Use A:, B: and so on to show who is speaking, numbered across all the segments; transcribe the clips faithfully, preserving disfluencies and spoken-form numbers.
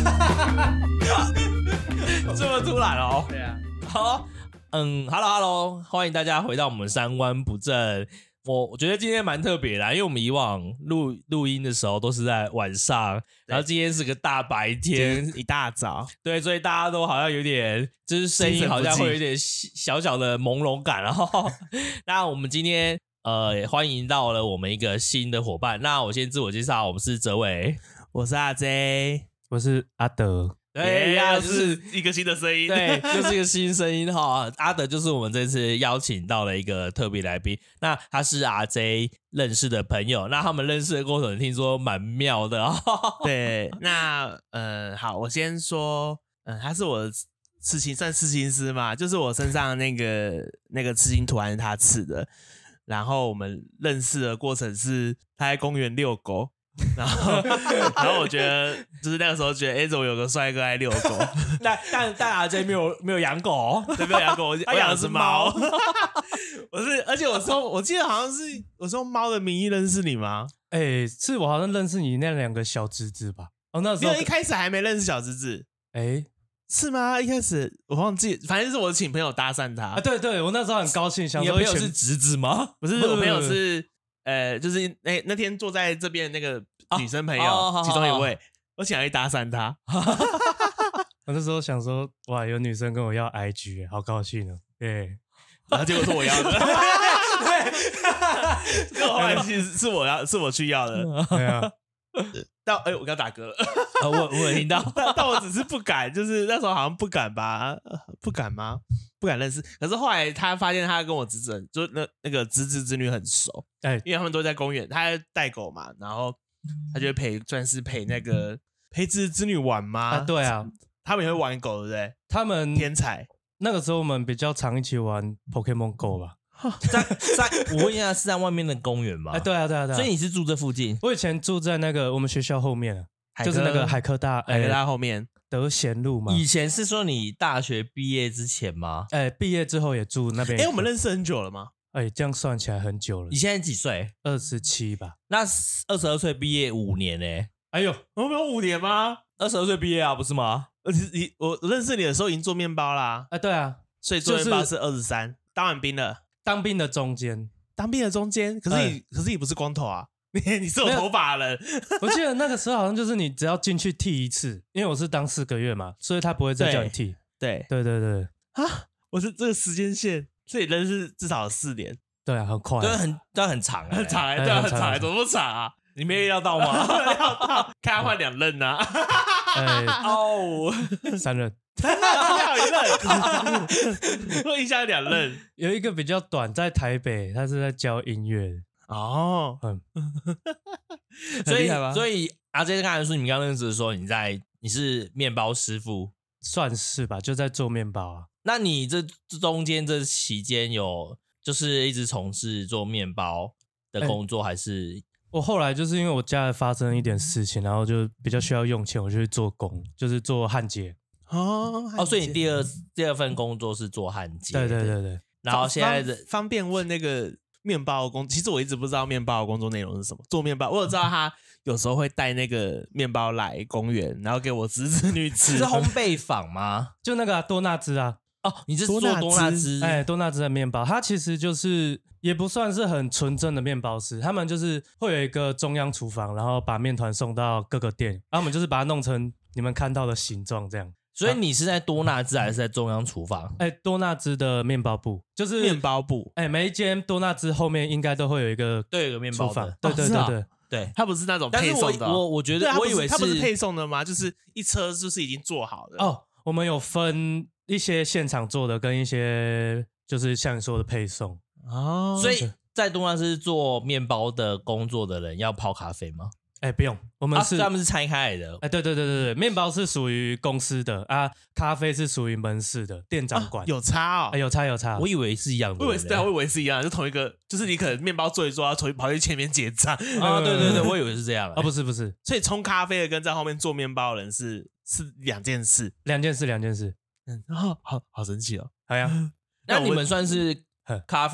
A: 这么突然哦？
B: 对啊，
A: 好，嗯 ，Hello Hello， 欢迎大家回到我们三观不正。我我觉得今天蛮特别的、啊，因为我们以往录录音的时候都是在晚上，然后今天是个大白天，
B: 一大早，
A: 对，所以大家都好像有点，就是声音好像会有点小小的朦胧感。然后，那我们今天呃也欢迎到了我们一个新的伙伴。那我先自我介绍，我们是哲伟，
B: 我是阿 J，
C: 我是阿德。
A: 对呀，
B: 又
A: 就是
B: 是一个新的声音，
A: 对，就是一个新声音哈。阿德就是我们这次邀请到了一个特别来宾，那他是阿 J 认识的朋友，那他们认识的过程听说蛮妙的哦。
B: 对，那呃，好，我先说，嗯、呃，他是我的刺青，算刺青师嘛，就是我身上那个那个刺青图案是他刺的，然后我们认识的过程是他在公园遛狗。然后，然后我觉得就是那个时候觉得，哎，怎么有个帅哥爱遛狗？
A: 但但但阿 J 没有没有养狗，
B: 对，没有养狗，我
A: 他养的是猫。
B: 我是，而且我说，我记得好像是我说猫的名义认识你吗？
C: 哎、欸，是我好像认识你那两个小侄子吧？哦，那时候
B: 没有，一开始还没认识小侄子。
C: 哎、欸，
B: 是吗？一开始我忘记，反正是我请朋友搭讪他
C: 啊。对对，我那时候很高兴，想说
A: 你的朋友是侄子吗？
B: 不是，我朋友是。呃，就是那那天坐在这边的那个女生朋友，哦哦、其中一位，哦、我想要去搭讪她。
C: 我那时候想说，哇，有女生跟我要 I G， 好高兴哦。对，
B: 然后结果是我要的。对，后来其实是我要，是我去要的。
C: 对啊。
B: 但哎、欸，我刚打嗝了。
A: 哦、我我有听到，
B: 但但我只是不敢，就是那时候好像不敢吧？不敢吗？不敢认识。可是后来他发现他跟我侄子，就那那个侄子侄女很熟，哎、欸，因为他们都在公园，他带狗嘛，然后他就会陪，算是陪那个陪侄子侄女玩嘛。
C: 啊，对啊，
B: 他们也会玩狗，对不对？
C: 他们
B: 天才。
C: 那个时候我们比较常一起玩 Pokemon Go 吧。
A: 在在，我问一下，是在外面的公园吗？
C: 哎，对啊，对啊，对啊。
A: 所以你是住这附近？
C: 我以前住在那个我们学校后面啊，就是那个海科大，
B: 海科大后面
C: 德贤路嘛。
A: 以前是说你大学毕业之前吗？
C: 哎，毕业之后也住那边。
B: 哎，我们认识很久了吗？
C: 哎，这样算起来很久了。
A: 你现在几岁？
C: 二十七吧。
A: 那二十二岁毕业五年呢、欸？
B: 哎呦，我们有五年吗？
A: 二十二岁毕业啊，不是吗？
B: 而且你我认识你的时候已经做面包啦。
C: 哎，对啊，
B: 所以做面包是二十三，当完兵了。
C: 当兵的中间，
B: 当兵的中间，可是你、欸，可是你不是光头啊，你你是有头发的人。
C: 我记得那个时候好像就是你只要进去剃一次，因为我是当四个月嘛，所以他不会再叫你剃。
B: 对
C: 对对对
B: 啊，我是这个时间线，这里认识至少四年。
C: 对啊，很快、啊，
A: 对，很但很长、欸，
B: 很长、欸，对、啊，很长、欸，怎么那么长啊？
A: 你没预料到吗？
B: 料到，看他换两任呐、啊。
C: 哎
A: 哦，
C: 三任。
B: 三任还有一任，我印象有两任，
C: 有一个比较短，在台北，他是在教音乐
B: 哦，
C: 嗯，
A: 所以所以阿 J 刚才说你们刚认识的时候，你在你是面包师傅，
C: 算是吧，就在做面包啊。
A: 那你这中间这期间有就是一直从事做面包的工作，欸、还是？
C: 我后来就是因为我家发生一点事情，然后就比较需要用钱，我就去做工，就是做焊接。
B: 哦
A: 哦，所以你第二第二份工作是做焊接，
C: 对对对对。
A: 然后现在的
B: 方便问那个面包的工，其实我一直不知道面包的工作内容是什么。做面包，我有知道他有时候会带那个面包来公园，然后给我侄子女吃。
A: 是烘焙坊吗？
C: 就那个、啊、多纳兹啊。
A: 哦，你是做多纳兹？
C: 哎，多纳兹的面包，它其实就是也不算是很纯正的面包师，他们就是会有一个中央厨房，然后把面团送到各个店，然后我们就是把它弄成你们看到的形状这样。
A: 所以你是在多纳兹还是在中央厨房？
C: 哎，多纳兹的面包部就是
B: 面包部。
C: 哎，每一间多纳兹后面应该都会有一个
A: 对，有个面包的。
C: 对对对对、哦、
A: 对，
B: 它不是那种配送的、哦。
A: 我我我觉得我以为是
B: 它不是配送的吗？就是一车就是已经做好的。
C: 哦，我们有分一些现场做的跟一些就是像你说的配送
B: 哦。
A: 所以在多纳兹做面包的工作的人要泡咖啡吗？
C: 哎，不用，我们是、
A: 啊、他们是拆开来的。
C: 哎，对对对对对，面包是属于公司的啊，咖啡是属于门市的，店长管。
B: 啊、有差哦、
C: 哎，有差有差。
A: 我以为是一样的，
B: 我以为是对，我以为是一样的，就同一个，就是你可能面包做一做，要跑跑去前面结账。
A: 啊，对对对，我以为是这样。
C: 啊，不是不是，
B: 所以冲咖啡的跟在后面做面包的人是是两件事，
C: 两件事两件事。
B: 嗯，哦、好好神奇哦。
C: 好呀，
A: 那你们算是咖啡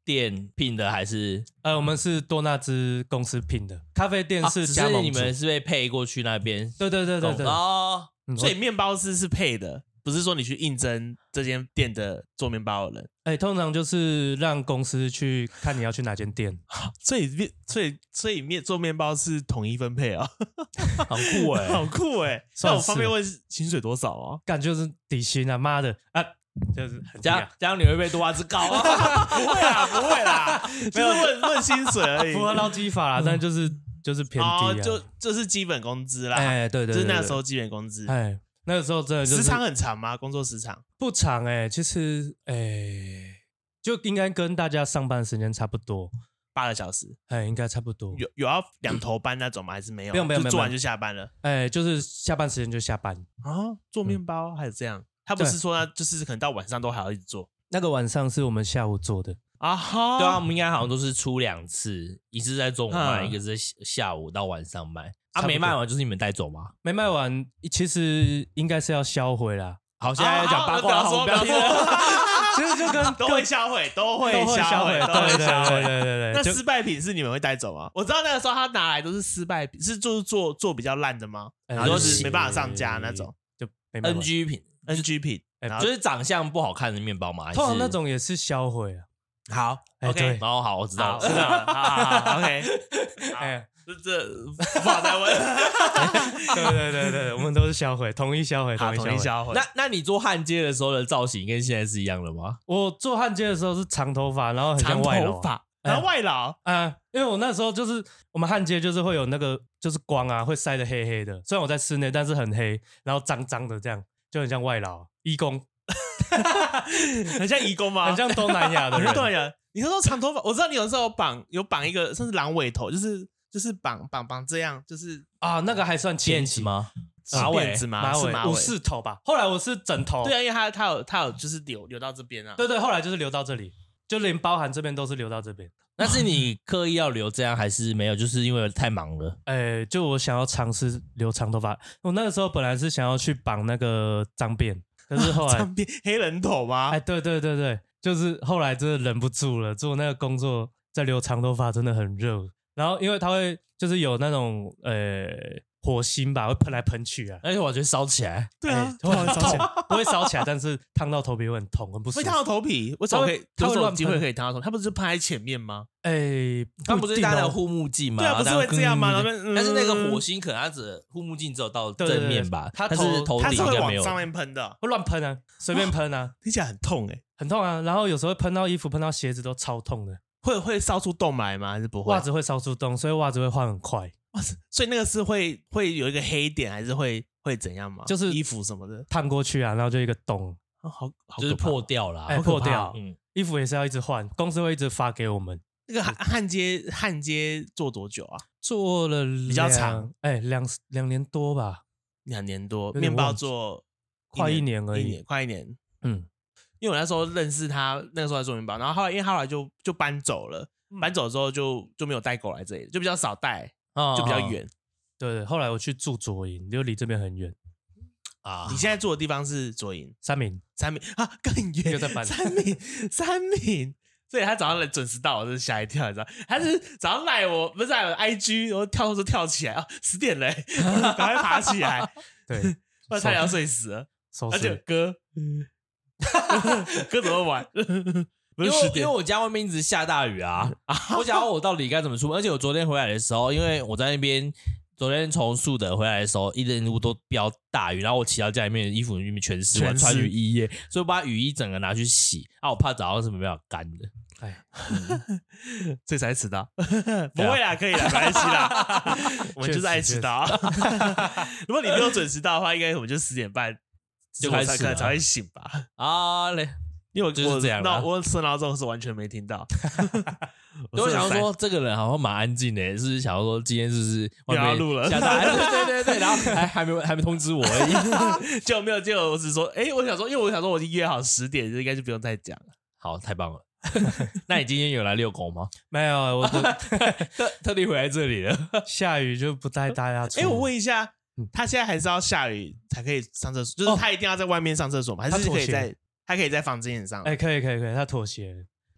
A: 店聘的还是？
C: 呃，我们是多纳兹公司聘的，咖啡店是加盟、
A: 啊、只是你们是被配过去那边？
C: 对对对对对。
A: 哦，
C: 嗯、
B: 所以面包师是配的，不是说你去应征这间店的做面包的人。
C: 哎，通常就是让公司去看你要去哪间店。
B: 所以面，所以所以面做面包是统一分配啊、
A: 哦，好酷哎、欸，
B: 好酷哎、欸！那我方便问薪水多少啊？
C: 干就是底薪啊，妈的啊！就是
A: 这样这样你会被多拉兹告啊？
B: 不会啦，不会啦，就是问问薪水而已，
C: 符合劳基法啦，但就是就是偏低啊，
B: 哦、就就是基本工资啦。
C: 哎，对 对, 对, 对，
B: 就是那时候基本工资。
C: 哎，那个时候真的就是
B: 时长很长吗？工作时长
C: 不长哎、欸，其实哎，就应该跟大家上班时间差不多，
B: 八个小时，
C: 哎，应该差不多。
B: 有有要两头班那种吗？还是没有？
C: 不用不用，
B: 就做完就下班了。
C: 哎，就是下班时间就下班
B: 啊。做面包还是这样？他不是说他就是可能到晚上都还要一直做？
C: 那个晚上是我们下午做的
B: 啊哈。
A: 对啊，我们应该好像都是出两次，一次在中午卖，嗯、一个是下午到晚上卖。啊，没卖完就是你们带走吗？
C: 没卖完，其实应该是要销毁啦。
A: 好，现在讲八卦，好，不要听了。
C: 其实就跟
B: 都会销毁，都会销毁，
C: 对对对对对对。
B: 那失败品是你们会带走吗？我知道那个时候他拿来都是失败品，是就是做做比较烂的吗？然后就是没办法上架那种，
C: 就
A: N G 品
B: ，N G 品，
A: 就是长相不好看的面包嘛。
C: 通常那种也是销毁啊。
B: 好
A: ，OK， 然后好，我知道了，
B: 知道了，好好好 ，OK。
C: 哎，
B: 这这不好再问。
C: 对对对对，我们都是销毁，统一销毁，统一销毁。
A: 那那你做焊接的时候的造型跟现在是一样的吗？
C: 我做焊接的时候是长头发，然后很像外劳，
B: 然后外劳
C: 啊，因为我那时候就是我们焊接就是会有那个就是光啊，会晒得黑黑的。虽然我在室内，但是很黑，然后脏脏的，这样就很像外劳义工。
B: 很像移工吗？
C: 很像东南亚的人。
B: 东南亚，你说长头发，我知道你有时候有绑有绑一个，甚至狼尾头，就是就是绑绑绑这样，就是
C: 啊，那个还算
A: 辫子吗？
B: 马尾子吗？
C: 马尾
B: 马尾
C: 武士头吧。后来我是整头，
B: 对啊，因为他他有他有就是留留到这边啊。
C: 对对，后来就是留到这里，就连包含这边都是留到这边。
A: 那是你刻意要留这样，还是没有？就是因为太忙了。
C: 哎，就我想要尝试留长头发。我那个时候本来是想要去绑那个脏辫。可是后来
B: 脏辫黑人头吗？
C: 哎，对对对对，就是后来真的忍不住了，做那个工作在留长头发真的很热，然后因为它会就是有那种呃火星吧，会喷来喷去啊，
A: 而且我觉得烧起来，
B: 对啊，
C: 会烧起来，不会烧起来，但是烫到头皮会很痛，很不舒服。
B: 会烫到头皮？为什么可以？
C: 它会
B: 有机会可以烫到头皮？它不是喷在前面吗？
C: 哎，
A: 它不是戴那个护目镜吗？
B: 对啊，不是会这样吗？
A: 但是那个火星可能它只护目镜只有到正面吧，
C: 它
A: 是头顶
B: 它是会往
A: 应该没有。
B: 上面喷的，
C: 会乱喷啊，随便喷啊，
B: 听起来很痛哎，
C: 很痛啊。然后有时候会喷到衣服，喷到鞋子都超痛的。
B: 会会烧出洞来吗？还是不会？
C: 袜子会烧出洞，所以袜子会换很快。
B: 哇塞！所以那个是会会有一个黑点，还是会会怎样吗？
C: 就是
B: 衣服什么的
C: 烫过去啊，然后就一个洞，
B: 哦、好好
A: 就是破掉了、啊，
C: 哎，破掉。
A: 嗯，
C: 衣服也是要一直换，公司会一直发给我们。
B: 那个焊焊接焊接做多久啊？
C: 做了
B: 比较长，
C: 哎，两两年多吧，
B: 两年多。面包做
C: 快一年而已，
B: 一年快一年。
C: 嗯，
B: 因为我那时候认识他，那个时候在做面包，然后后来因为后来就就搬走了，搬走之后就就没有带狗来这里，就比较少带，就比较远。
C: 对对，后来我去住左营，就离这边很远
B: 啊。你现在住的地方是左营
C: 三民，
B: 三民啊，更远，
C: 又在搬
B: 三民，三民。所以他早上来准时到，我真是吓一跳，你知道？他是早上赖我，不是赖我 I G， 然后跳就跳起来啊，十点嘞，赶快爬起来。
C: 对，
B: 不然差点要睡死了。而且哥，哥怎么玩？不是十点，
A: 因为我家外面一直下大雨啊，我想要我到底该怎么出门？而且我昨天回来的时候，因为我在那边。昨天从树德回来的时候，一整路都飙大雨，然后我骑到家里面的衣服里面全湿，我穿雨衣耶，所以我把雨衣整个拿去洗啊，我怕早上是没办法干的。
C: 哎，
B: 嗯、所以才迟到。不会啦，可以啦，没关系啦，我们就是爱迟到。如果你没有准时到的话，应该我们就十点半
A: 就开始
B: 才才会醒吧？
A: 啊嘞。
B: 因为我
A: 就是这样啦，
B: 我设闹钟是完全没听到。
A: 我, 我想说，这个人好像蛮安静的，是不是想要说今天是不是
B: 外面录了？
A: 下大雨，对对对，然后还还没还没通知我而已，
B: 就没有，就我只是说，哎、欸，我想说，因为我想说我已经约好十点，就应该就不用再讲了。
A: 好，太棒了。那你今天有来遛狗吗？
C: 没有，我
A: 特特地回来这里了。
C: 下雨就不带大家出。
B: 哎、欸，我问一下，他现在还是要下雨才可以上厕所，就是他一定要在外面上厕所吗？还是可以在？他可以在房间上，
C: 哎、欸，可以，可以，可以，他妥协了。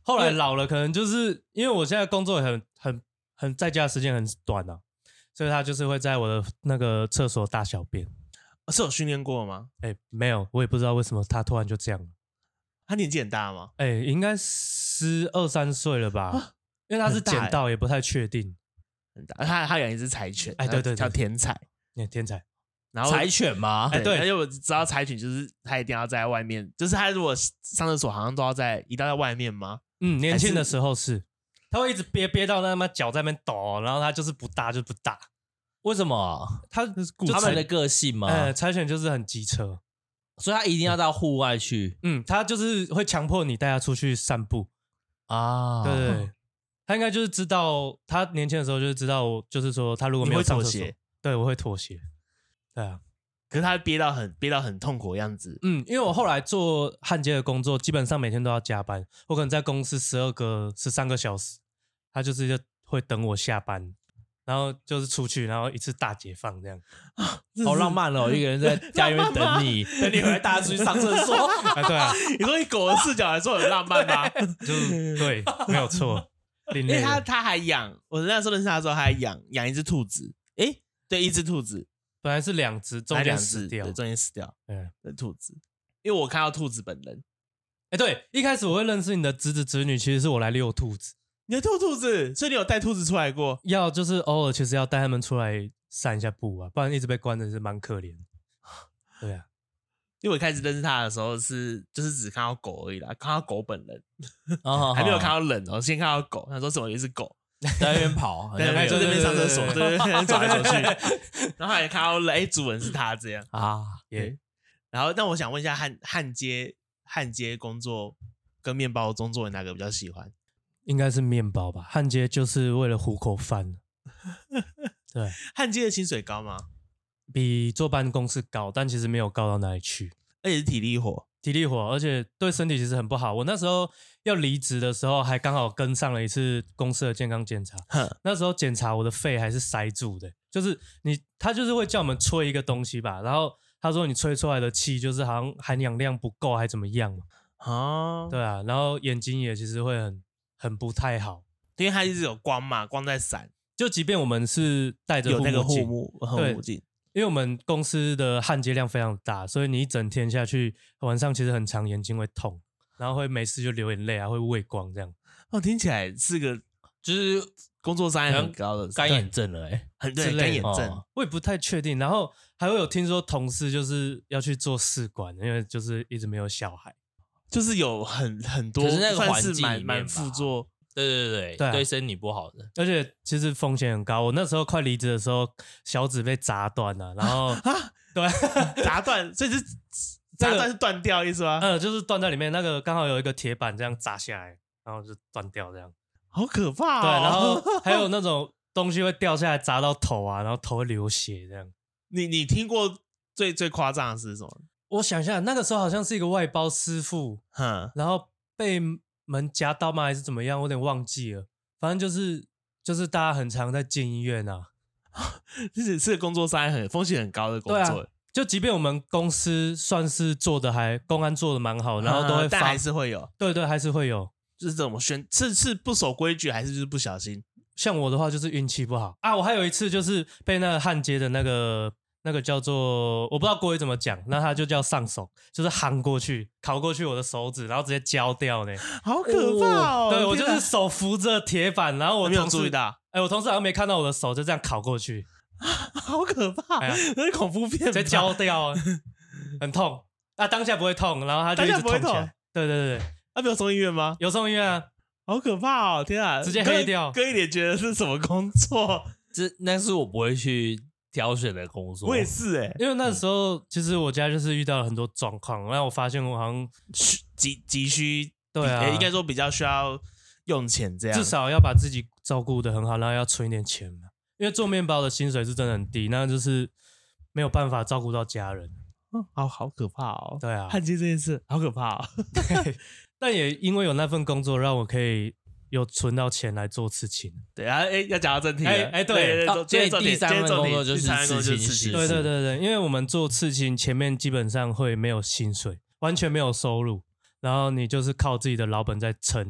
C: 后来老了，可能就是因为我现在工作也很很很在家的时间很短啊，所以他就是会在我的那个厕所大小便。
B: 是有训练过吗？
C: 哎、欸，没有，我也不知道为什么他突然就这样了。
B: 他年纪很大吗？
C: 哎、欸，应该十二三岁了吧？啊、因为他是捡到，也不太确定。
B: 很大，他他养一只柴犬，
C: 哎，对对对，
B: 叫天才，
C: 欸、天才。
B: 然后
A: 柴犬吗？
B: 哎，对，因为我知道柴犬就是他一定要在外面，就是他如果上厕所好像都要在一定要在外面吗？
C: 嗯，年轻的时候是，他会一直憋憋到那他妈脚在那边抖，然后他就是不大就不大。
A: 为什么？
C: 他
A: 就他们的个性吗？
C: 呃，柴犬就是很机车，
A: 所以他一定要到户外去。
C: 嗯，他就是会强迫你带他出去散步
A: 啊。
C: 对对对，他应该就是知道，他年轻的时候就是知道，就是说他如果没有上厕所，对我会妥协。对啊，
B: 可是他憋到很憋到很痛苦的样子。
C: 嗯，因为我后来做焊接的工作，基本上每天都要加班，我可能在公司十二个、十三个小时，他就是会等我下班，然后就是出去，然后一次大解放这样，
A: 啊、好浪漫哦！一个人在家里面等你，等你回来，大家出去上厕所。
C: 啊，对啊，
B: 你说以狗的视角来说很浪漫吗？
C: 就对，没有错。
B: 因为他他还养，我那时候认识他的时候，他还养养一只兔子。诶，对，一只兔子。
C: 本来是两只，中间死掉，
B: 对，中间死掉。
C: 嗯，
B: 的兔子，因为我看到兔子本人。
C: 哎，对，一开始我会认识你的侄子侄女，其实是我来遛兔子。
B: 你的兔兔子，所以你有带兔子出来过？
C: 要就是偶尔，其实要带他们出来散一下步啊，不然一直被关着是蛮可怜。对啊，
B: 因为我一开始认识他的时候是就是只看到狗而已啦，看到狗本人，
A: 哦、
B: 还没有看到人哦，先看到狗。他说什么也是狗。
A: 在那边跑，
B: 在那边上厕所，对对对，走来走去，然后还看到哎，主人是他这样
A: 啊，
B: 对。然后，那我想问一下，焊焊接焊接工作跟面包工作，哪个比较喜欢？
C: 应该是面包吧，焊接就是为了糊口饭。对，
B: 焊接的薪水高吗？
C: 比坐办公室高，但其实没有高到哪里去，
B: 而且是体力活。
C: 体力活，而且对身体其实很不好。我那时候要离职的时候，还刚好跟上了一次公司的健康检查。那时候检查我的肺还是塞住的，就是你他就是会叫我们吹一个东西吧，然后他说你吹出来的气就是好像含氧量不够还怎么样嘛。
B: 哦，
C: 对啊，然后眼睛也其实会很很不太好，
B: 因为它一直有光嘛，光在闪。
C: 就即便我们是戴着
B: 有那个护
C: 目
B: 目护目镜。
C: 因为我们公司的焊接量非常大，所以你一整天下去，晚上其实很长，眼睛会痛，然后会没事就流眼泪啊，会畏光这样。
B: 哦，听起来是个
A: 就是
B: 工作伤害很高的
A: 干眼症了哎、欸，
B: 很对干眼症、哦，
C: 我也不太确定。然后还会有听说同事就是要去做试管，因为就是一直没有小孩，
B: 就是有很很多，
A: 可是那个环境
B: 算是蛮蛮副作。
A: 对对对
C: 对、啊，
A: 对身体不好的，
C: 而且其实风险很高。我那时候快离职的时候，小指被砸断了，然后
B: 啊，
C: 对，
B: 砸断，所以是砸断是断掉意思吗？
C: 嗯，就是断在里面，那个刚好有一个铁板这样砸下来，然后就断掉这样，
B: 好可怕、哦。
C: 对，然后还有那种东西会掉下来砸到头啊，然后头会流血这样。
B: 你你听过最最夸张的是什么？
C: 我想一下，那个时候好像是一个外包师傅，
B: 哼，
C: 然后被门夹到吗？还是怎么样？我有点忘记了。反正就是就是大家很常在进医院啊，
B: 这是是工作伤害很风险很高的工作。
C: 啊、就即便我们公司算是做的还公安做的蛮好，然后都会发，
B: 但还是会有。
C: 对对，还是会有。
B: 就是这种选是是不守规矩，还是就是不小心？
C: 像我的话就是运气不好啊。我还有一次就是被那个焊接的那个。那个叫做我不知道国语怎么讲，那它就叫上手，就是夯过去，烤过去我的手指，然后直接焦掉呢，
B: 好可怕哦！
C: 对我就是手扶着铁板，然后我
B: 没有注意到，
C: 哎，我同事好像没看到我的手，就这样烤过去，
B: 好可怕！哎呀，那是恐怖片，
C: 直接焦掉，很痛啊！当下不会痛，然后他就一直痛起来。对对对，
B: 他没有送医院吗？
C: 有送医院啊，
B: 好可怕哦！天啊，
C: 直接黑掉。
B: 哥一点觉得是什么工作？
A: 这那是我不会去挑选的工作。
B: 我也是哎、欸，
C: 因为那时候其实我家就是遇到了很多状况，然后我发现我好像
B: 急急需，
C: 对啊，
B: 应该说比较需要用钱这样，
C: 至少要把自己照顾得很好，然后要存一点钱嘛。因为做面包的薪水是真的很低，那就是没有办法照顾到家人。
B: 嗯，好好可怕哦。
C: 对啊，
B: 焊接这件事好可怕哦。
C: 对，但也因为有那份工作，让我可以有存到钱来做刺青。
B: 对啊，哎，要讲到正题了。
C: 哎哎，对，
A: 所以第三份工作就是刺青师。
C: 对对对对，因为我们做刺青，前面基本上会没有薪水，完全没有收入，然后你就是靠自己的老本在撑。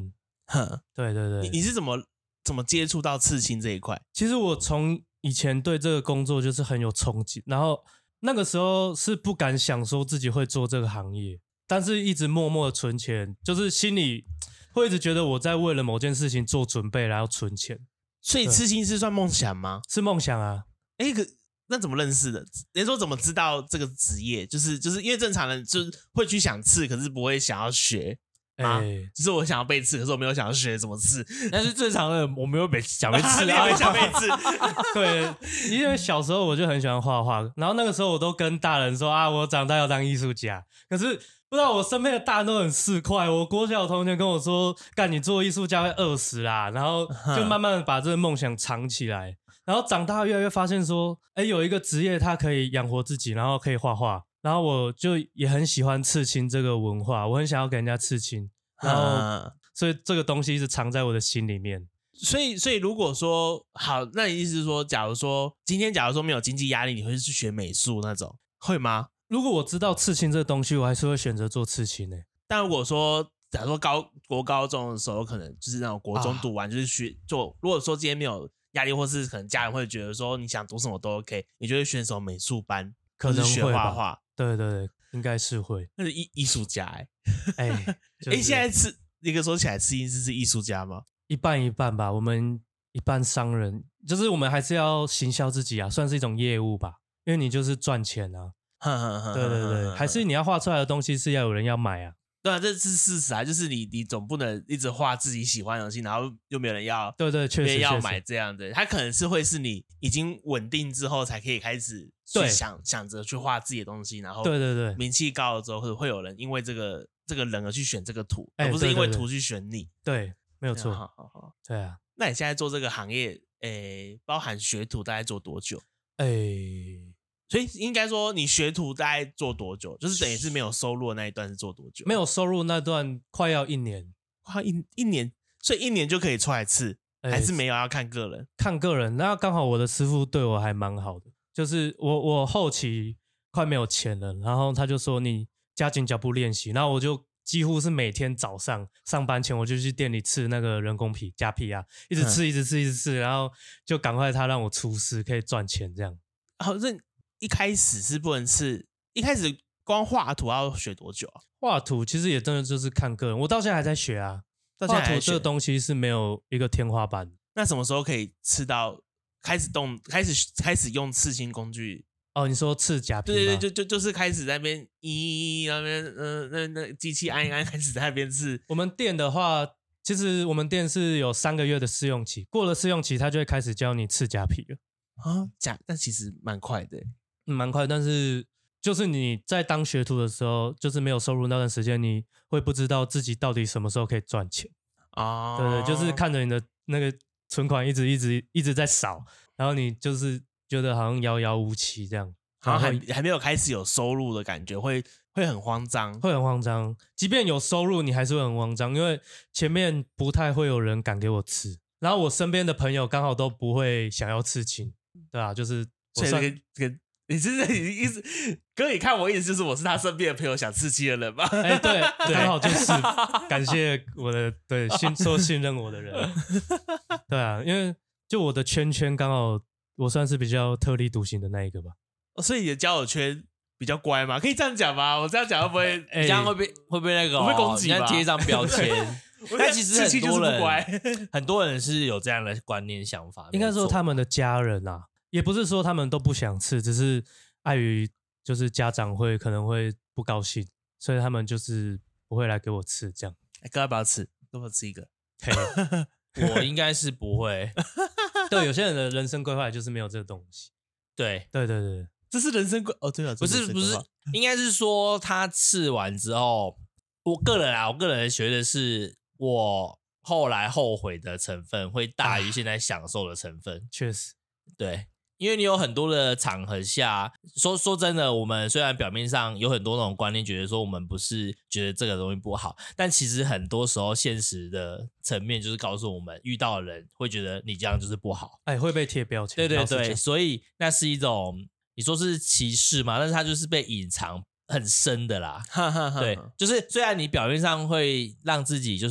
B: 哼，
C: 对对对，
B: 你你是怎么怎么接触到刺青这一块？
C: 其实我从以前对这个工作就是很有憧憬，然后那个时候是不敢想说自己会做这个行业，但是一直默默的存钱，就是心里会一直觉得我在为了某件事情做准备，然后存钱。
B: 所以刺青是算梦想吗？
C: 是梦想啊。
B: 哎，可那怎么认识的？人说怎么知道这个职业？就是就是因为正常人就是会去想刺，可是不会想要学。啊，
C: 欸、
B: 就是我想要被刺，可是我没有想要学怎么刺。
A: 但是正常人我没有被想被刺
B: 你
A: 啊，
B: 也想被刺。
C: 对，因为小时候我就很喜欢画画，然后那个时候我都跟大人说啊，我长大要当艺术家。可是不知道我身边的大人都很市侩，我国小同学跟我说，干你做艺术家会饿死啦，然后就慢慢的把这个梦想藏起来。然后长大越来越发现说，哎，有一个职业它可以养活自己，然后可以画画。然后我就也很喜欢刺青这个文化，我很想要给人家刺青，然后所以这个东西一直藏在我的心里面。
B: 所以，所以如果说好，那你意思是说，假如说今天假如说没有经济压力，你会去学美术那种，会吗？
C: 如果我知道刺青这个东西，我还是会选择做刺青诶、欸。
B: 但如果说假如说高国高中的时候，可能就是那种国中读完、啊、就是学做，如果说今天没有压力，或是可能家人会觉得说你想读什么都 OK， 你就会选手美术班，
C: 可能会
B: 学画画。
C: 对对对，应该是会。
B: 那是艺艺术家哎、
C: 欸，哎哎、
B: 就是欸，现在是一个说起来，刺青师是艺术家吗？
C: 一半一半吧，我们一半商人，就是我们还是要行销自己啊，算是一种业务吧，因为你就是赚钱啊。对对对，还是你要画出来的东西是要有人要买啊。
B: 对啊，这是事实啊，就是你你总不能一直画自己喜欢的东西，然后又没有人要，
C: 对对，确实
B: 要买这样的。他可能是会是你已经稳定之后才可以开始去想想着去画自己的东西，然后
C: 对对对，
B: 名气高了之后，会会有人因为这个这个人而去选这个图，
C: 欸、
B: 而不是因为图去选你。
C: 对，没有错。
B: 好好好，
C: 对啊。
B: 那你现在做这个行业，诶，包含学徒大概做多久？
C: 诶。
B: 所以应该说，你学徒大概做多久？就是等于是没有收入的那一段是做多久？
C: 没有收入那段快要一年，
B: 快一一年，所以一年就可以出来刺，欸、还是没有要看个人？
C: 看个人。那刚好我的师傅对我还蛮好的，就是我我后期快没有钱了，然后他就说你加紧脚步练习，然后我就几乎是每天早上上班前我就去店里刺那个人工皮假皮啊，一直刺一直刺一直刺，然后就赶快他让我出师可以赚钱这样。
B: 好，这一开始是不能刺，一开始光画图要学多久啊？
C: 画图其实也真的就是看个人，我到现在还在学啊。画图这个东西是没有一个天花板。
B: 那什么时候可以刺到开始动，开始开始用刺青工具？
C: 哦，你说刺假皮吗？
B: 对对对，就就就是开始在那边咦那边呃那那机器按一按，开始在那边刺。
C: 我们店的话，其实我们店是有三个月的试用期，过了试用期，他就会开始教你刺假皮了。
B: 啊，假，但其实蛮快的。
C: 嗯，蛮快，但是就是你在当学徒的时候，就是没有收入那段时间，你会不知道自己到底什么时候可以赚钱
B: 啊。
C: 对对，就是看着你的那个存款一直一直一直在少，然后你就是觉得好像遥遥无期这样，
B: 然后还还没有开始有收入的感觉，会会很慌张，
C: 会很慌张。即便有收入，你还是会很慌张，因为前面不太会有人敢给我刺，然后我身边的朋友刚好都不会想要刺青，对啊，就是我
B: 算这个这个。你真的意思，哥，你看我意思就是我是他身边的朋友想刺青的人吗？
C: 哎、欸，对，刚好就是感谢我的对信说信任我的人，对啊，因为就我的圈圈刚好我算是比较特立独行的那一个吧。
B: 哦，所以你的交友圈比较乖吗？可以这样讲吗？我这样讲会不会？
A: 欸、这样会被会被那个、哦、
B: 会被攻击吧？
A: 贴一张标签。但其实很多人
B: 乖
A: 很多人是有这样的观念想法。
C: 应该说他们的家人啊。也不是说他们都不想刺，只是碍于就是家长会可能会不高兴，所以他们就是不会来给我刺这样。
B: 欸、哥要不要吃？要不要吃一个？
A: 我应该是不会。
C: 对，有些人的人生规划就是没有这个东西。
A: 对
C: 对对对，
B: 这是人生规哦，对啊，
A: 不是不是，应该是说他刺完之后，我个人啊，我个人觉得是我后来后悔的成分会大于现在享受的成分。
C: 确实，
A: 对。因为你有很多的场合下，说说真的，我们虽然表面上有很多那种观念，觉得说我们不是觉得这个东西不好，但其实很多时候现实的层面就是告诉我们，遇到的人会觉得你这样就是不好，
C: 哎，会被贴标签。
A: 对对对，所以那是一种你说是歧视嘛，但是它就是被隐藏很深的啦。对，就是虽然你表面上会让自己就是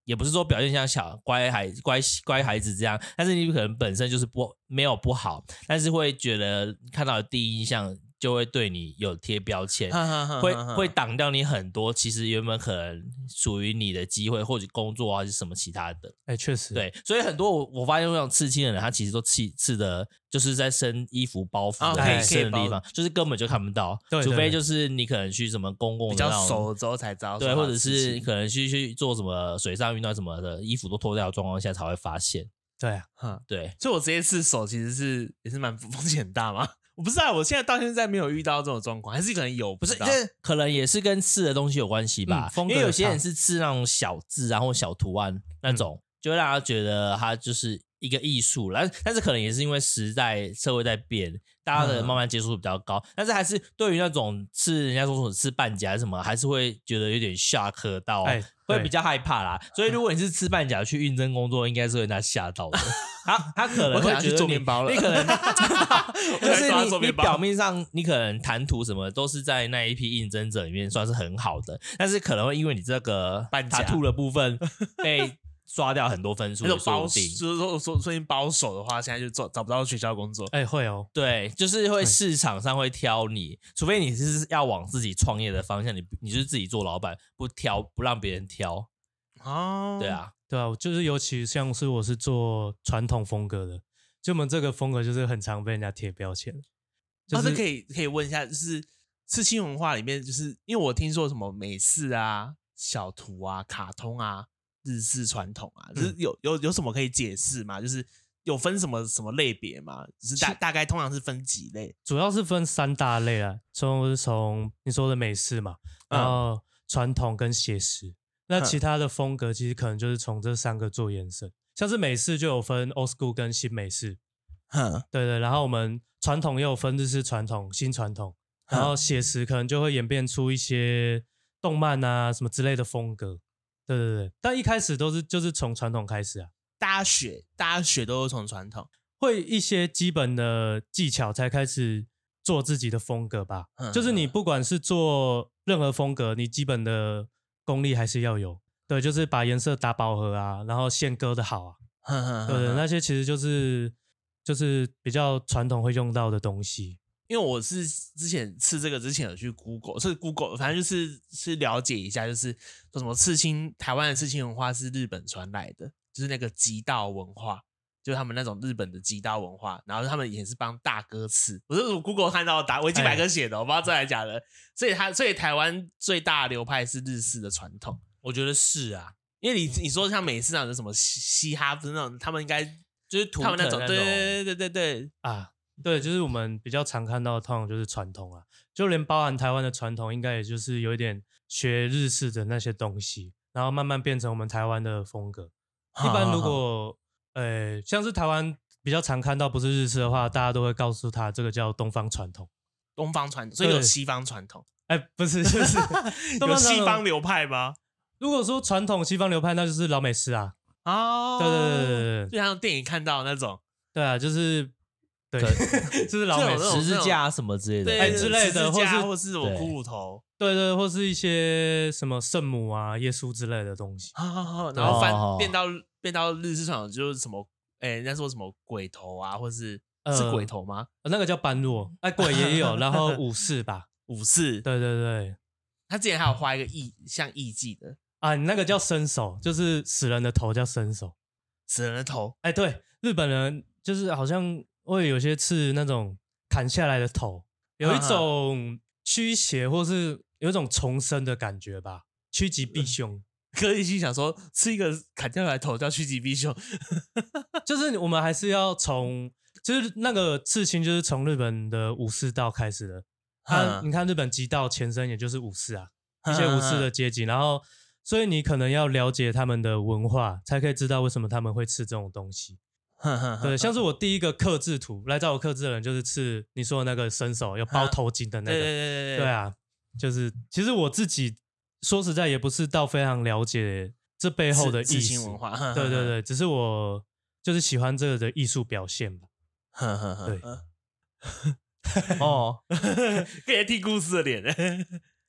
A: 也不是说表现像小乖孩乖乖孩子这样，但是你可能本身就是不没有不好，但是会觉得看到的第一印象就会对你有贴标签，会会挡掉你很多其实原本可能属于你的机会，或者工作啊还是什么其他的。
C: 哎，确实，
A: 对，所以很多我我发现那种刺青的人，他其实都刺刺的，就是在身衣服包袱的很深的地方，就是根本就看不到，
C: 对对对，
A: 除非就是你可能去什么公共的
B: 比较熟之后才知道，
A: 对，或者是可能去去做什么水上运动什么的，衣服都脱掉的状况下才会发现。
C: 对啊，
B: 嗯，
A: 对，
B: 所以我直接刺手其实是也是蛮风险很大嘛。我不知道，我现在到现在没有遇到这种状况，还是可能有，
A: 不是，这可能也是跟刺的东西有关系吧。
C: 嗯、
A: 因为有些人是刺那种小字然后小图案那种，嗯、就会让他觉得他就是一个艺术了。但是可能也是因为时代社会在变，大家的慢慢接触度比较高，嗯、但是还是对于那种刺人家说什么刺半甲什么，还是会觉得有点吓客到，哎、会比较害怕啦。所以如果你是刺半甲去应征工作，应该是会被他吓到的。他他可能会觉得你
B: 做面包了，
A: 你可能就是你你表面上你可能谈吐什么都是在那一批应征者里面算是很好的，但是可能会因为你这个谈吐的部分被刷掉很多分数，说不定。
B: 就是说说说因包手的话，现在就找找不到学校工作。
C: 哎、欸，会哦，
A: 对，就是会市场上会挑你，除非你是要往自己创业的方向，你你是自己做老板，不挑不让别人挑。
B: 哦，
A: 对啊。
C: 对啊，就是尤其像是我是做传统风格的，就我们这个风格就是很常被人家贴标签。
B: 就是、啊、这可以可以问一下，就是刺青文化里面，就是因为我听说什么美式啊、小图啊、卡通啊、日式传统啊，就是有有有什么可以解释吗？就是有分什么什么类别吗？就是大大概通常是分几类？
C: 主要是分三大类啊，从从你说的美式嘛，然后传统跟写实。那其他的风格其实可能就是从这三个做延伸，像是美式就有分 old school 跟新美式，对对，然后我们传统也有分日式传统、新传统，然后写实可能就会演变出一些动漫啊什么之类的风格，对对对，但一开始都是就是从传统开始啊，
B: 大家学大家学都是从传统，
C: 会一些基本的技巧才开始做自己的风格吧，就是你不管是做任何风格，你基本的功力还是要有，对，就是把颜色打饱和啊，然后线割的好啊，对对，那些其实就是就是比较传统会用到的东西。
B: 因为我是之前刺这个之前有去 Google， 是 Google， 反正就是是了解一下，就是说什么刺青，台湾的刺青文化是日本传来的，就是那个极道文化，就是他们那种日本的极道文化，然后他们也是帮大哥刺，我是 Google 看到打维基百科写的，我不知道真的假的，所以他所以台湾最大的流派是日式的传统，
A: 我觉得是啊，
B: 因为你你说像美式那种什么嘻哈不是那种，他们应该
A: 就是
B: 他们那种，对对对对对
C: 啊，对，就是我们比较常看到的通常就是传统啊，就连包含台湾的传统，应该也就是有一点学日式的那些东西，然后慢慢变成我们台湾的风格。一般如果呃，像是台湾比较常看到不是日式的话，大家都会告诉他这个叫东方传统。
B: 东方传统，所以有西方传统。
C: 哎，不是，就是
B: 有西方流派吗？
C: 如果说传统西方流派，那就是老美式啊。
B: 哦，
C: 对对对对对，
B: 就像电影看到的那种。
C: 对啊，就是对，就是老美
A: 十字架什么之类的，
B: 对
C: 哎之类的，或是
B: 或是什么骷髅头，
C: 对对，或是一些什么圣母啊、耶稣之类的东西。
B: 然后翻变到变到日式传统，就是什么，哎，人家说什么鬼头啊，或是是鬼头吗？
C: 呃、那个叫般若，哎，鬼也有，然后武士吧，
B: 武士，
C: 对对对，
B: 他之前还有画一个艺像艺伎的
C: 啊，你那个叫伸手，就是死人的头叫伸手，
B: 死人的头，
C: 哎，对，日本人就是好像会有些刺那种砍下来的头，有一种驱邪或是有一种重生的感觉吧，趋吉避凶。
B: 可以心想说，吃一个砍下来的头叫趋吉避凶，
C: 就是我们还是要从，就是那个刺青就是从日本的武士道开始的。他你看日本极道前身也就是武士啊，一些武士的阶级，然后所以你可能要了解他们的文化，才可以知道为什么他们会刺这种东西。对，像是我第一个刻制图来找我刻制的人，就是刺你说的那个伸手有包头巾的那个。
B: 对对对
C: 对啊，就是其实我自己说实在也不是到非常了解这背后的意思
B: 文化。
C: 对对对，只是我就是喜欢这个的艺术表现吧。对。
A: 哦，
B: 可以听故事的脸。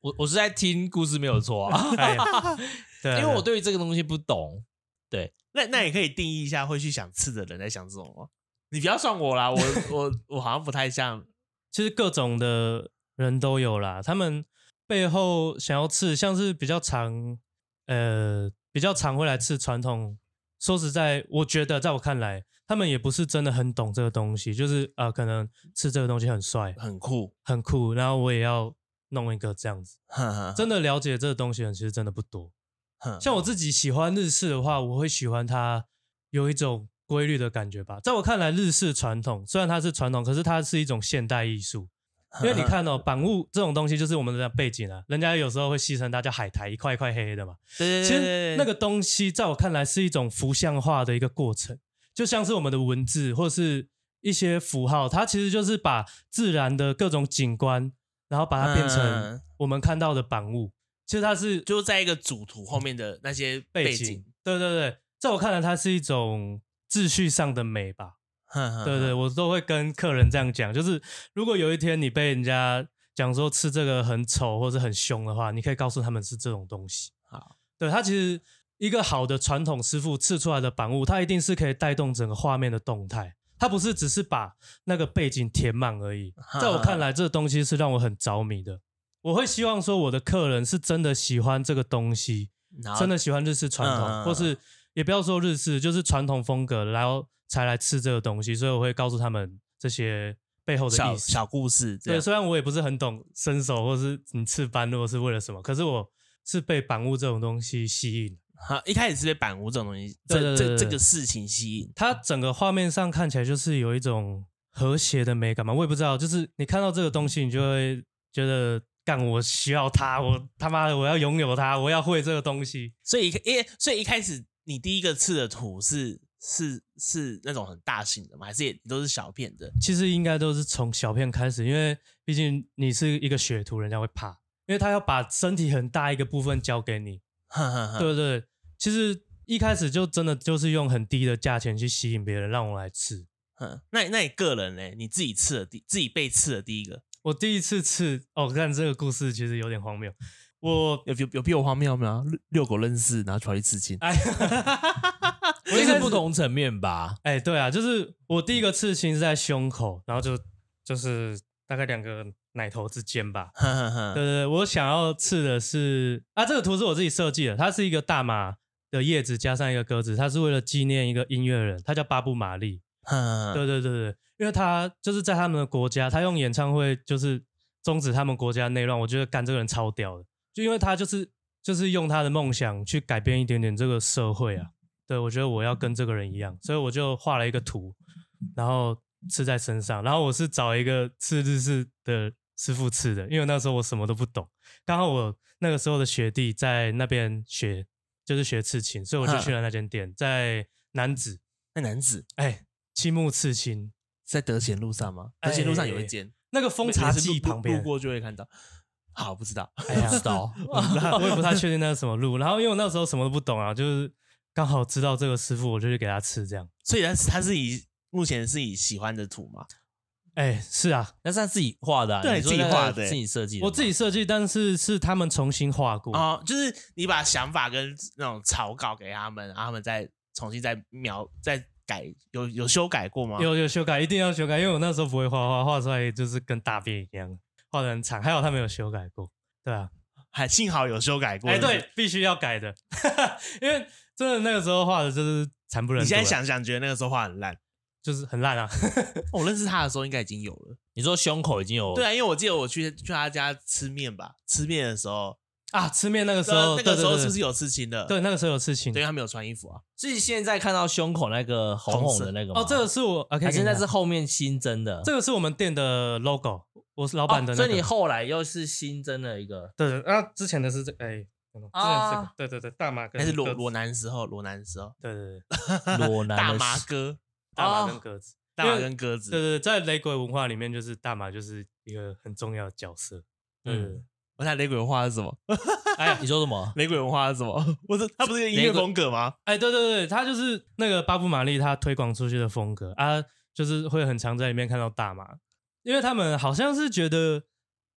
A: 我我是在听故事没有错啊，
C: 哎对啊，
A: 因为我对于这个东西不懂。对，
B: 那那也可以定义一下会去想刺的人在想这种吗？你不要算我啦，我我我好像不太像。
C: 其实各种的人都有啦，他们背后想要刺，像是比较常呃比较常会来刺传统。说实在，我觉得在我看来，他们也不是真的很懂这个东西，就是呃可能刺这个东西很帅、
B: 很酷，
C: 很酷，然后我也要弄一个这样子。真的了解这个东西的人其实真的不多。像我自己喜欢日式的话，我会喜欢它有一种规律的感觉吧。在我看来，日式传统虽然它是传统，可是它是一种现代艺术。因为你看哦，板物这种东西就是我们的背景啊，人家有时候会戏称它叫海苔，一块一块黑黑的嘛。
B: 对对对，
C: 其实那个东西在我看来是一种符像化的一个过程，就像是我们的文字或是一些符号，它其实就是把自然的各种景观，然后把它变成我们看到的板物。其实它是
B: 就在一个主图后面的那些背景。
C: 背景对对对，在我看来，它是一种秩序上的美吧。对对，我都会跟客人这样讲，就是如果有一天你被人家讲说吃这个很丑或者很凶的话，你可以告诉他们是这种东西。
B: 好，
C: 对，它其实一个好的传统师傅刺出来的板物，它一定是可以带动整个画面的动态，它不是只是把那个背景填满而已。在我看来，这个东西是让我很着迷的。我会希望说我的客人是真的喜欢这个东西，真的喜欢日式传统，嗯、或是也不要说日式，就是传统风格，然后才来吃这个东西。所以我会告诉他们这些背后的意思、
B: 小, 小故事。
C: 对，虽然我也不是很懂伸手，或是你刺斑如果是为了什么，可是我是被板物这种东西吸引。
B: 好，一开始是被板物这种东西，
C: 对对对对
B: 这这个事情吸引。
C: 它整个画面上看起来就是有一种和谐的美感嘛，我也不知道，就是你看到这个东西，你就会觉得。干，我需要它，我他妈的我要拥有它，我要会这个东西。
B: 所以，因为所以一开始你第一个刺的图是是是那种很大型的吗？还是也都是小片的？
C: 其实应该都是从小片开始，因为毕竟你是一个学徒，人家会怕，因为他要把身体很大一个部分交给你。对对对，其实一开始就真的就是用很低的价钱去吸引别人，让我来刺。
B: 那那你个人呢？你自己刺的第自己被刺的第一个。
C: 我第一次刺哦，看这个故事其实有点荒谬。我
B: 有有有比我荒谬吗？遛狗认识，然后跑去刺青，哎，
A: 这是不同层面吧？
C: 哎，对啊，就是我第一个刺青是在胸口，然后就就是大概两个奶头之间吧。对对对，我想要刺的是啊，这个图是我自己设计的，它是一个大马的叶子加上一个鸽子，它是为了纪念一个音乐人，他叫巴布马利。对对对对。因为他就是在他们的国家，他用演唱会就是终止他们国家内乱，我觉得干这个人超屌的，就因为他就是就是用他的梦想去改变一点点这个社会啊。对，我觉得我要跟这个人一样，所以我就画了一个图，然后刺在身上，然后我是找一个刺日式的师傅刺的，因为那时候我什么都不懂，刚好我那个时候的学弟在那边学，就是学刺青，所以我就去了那间店，在楠梓，
B: 在楠梓，
C: 哎，七木刺青。
B: 在德贤路上吗？德贤路上有一间，
C: 那个风茶记旁边，
B: 路过就会看到。好，不知道，
C: 哎呀，
A: 不知道，
C: 我也不太确定那是什么路。然后因为我那时候什么都不懂啊，就是刚好知道这个师傅，我就去给他吃这样。
B: 所以他他是以目前是以喜欢的图吗？
C: 哎，是啊，
A: 那是他自己画的、啊，
B: 对，自己画的，
A: 自己设计的。
C: 我自己设计，但是是他们重新画过。
B: 哦，就是你把想法跟那种草稿给他们，然后他们再重新再描再。改有有修改过吗？
C: 有有修改，一定要修改，因为我那时候不会画画，画出来就是跟大便一样，画得很惨。还好他没有修改过，对啊，
B: 还幸好有修改过。
C: 哎，对，必须要改的，因为真的那个时候画的就是惨不忍睹。
B: 你现在想想，觉得那个时候画很烂，
C: 就是很烂啊。
B: 我认识他的时候应该已经有了。
A: 你说胸口已经有？
B: 对啊，因为我记得我去去他家吃面吧，吃面的时候。
C: 啊，吃面那个时候，
B: 那个时候是不是有刺青的？
C: 对，那个时候有刺青，
B: 对，他没有穿衣服啊。
A: 是现在看到胸口那个红红的那个吗？
C: 哦，这个是我，啊、
A: 还现在是后面新增的。
C: 这个是我们店的 logo， 我是老板的、那个
A: 哦。所以你后来又是新增了一个。
C: 对，啊，之前的是这，哎，啊，这个，对对对，大马跟
B: 还是裸裸男时候，裸男时候，
C: 对对对，
A: 裸男
B: 大麻哥，
C: 大马跟鸽子，
B: 大马跟鸽子，
C: 对对，在雷鬼文化里面，就是大马就是一个很重要的角色，嗯。
B: 我看雷鬼文化是什么？
A: 哎，你说什么？
B: 雷鬼文化是什么？不是，它不是一个音乐风格吗？
C: 哎，对对对，它就是那个巴布马利他推广出去的风格啊，就是会很常在里面看到大麻，因为他们好像是觉得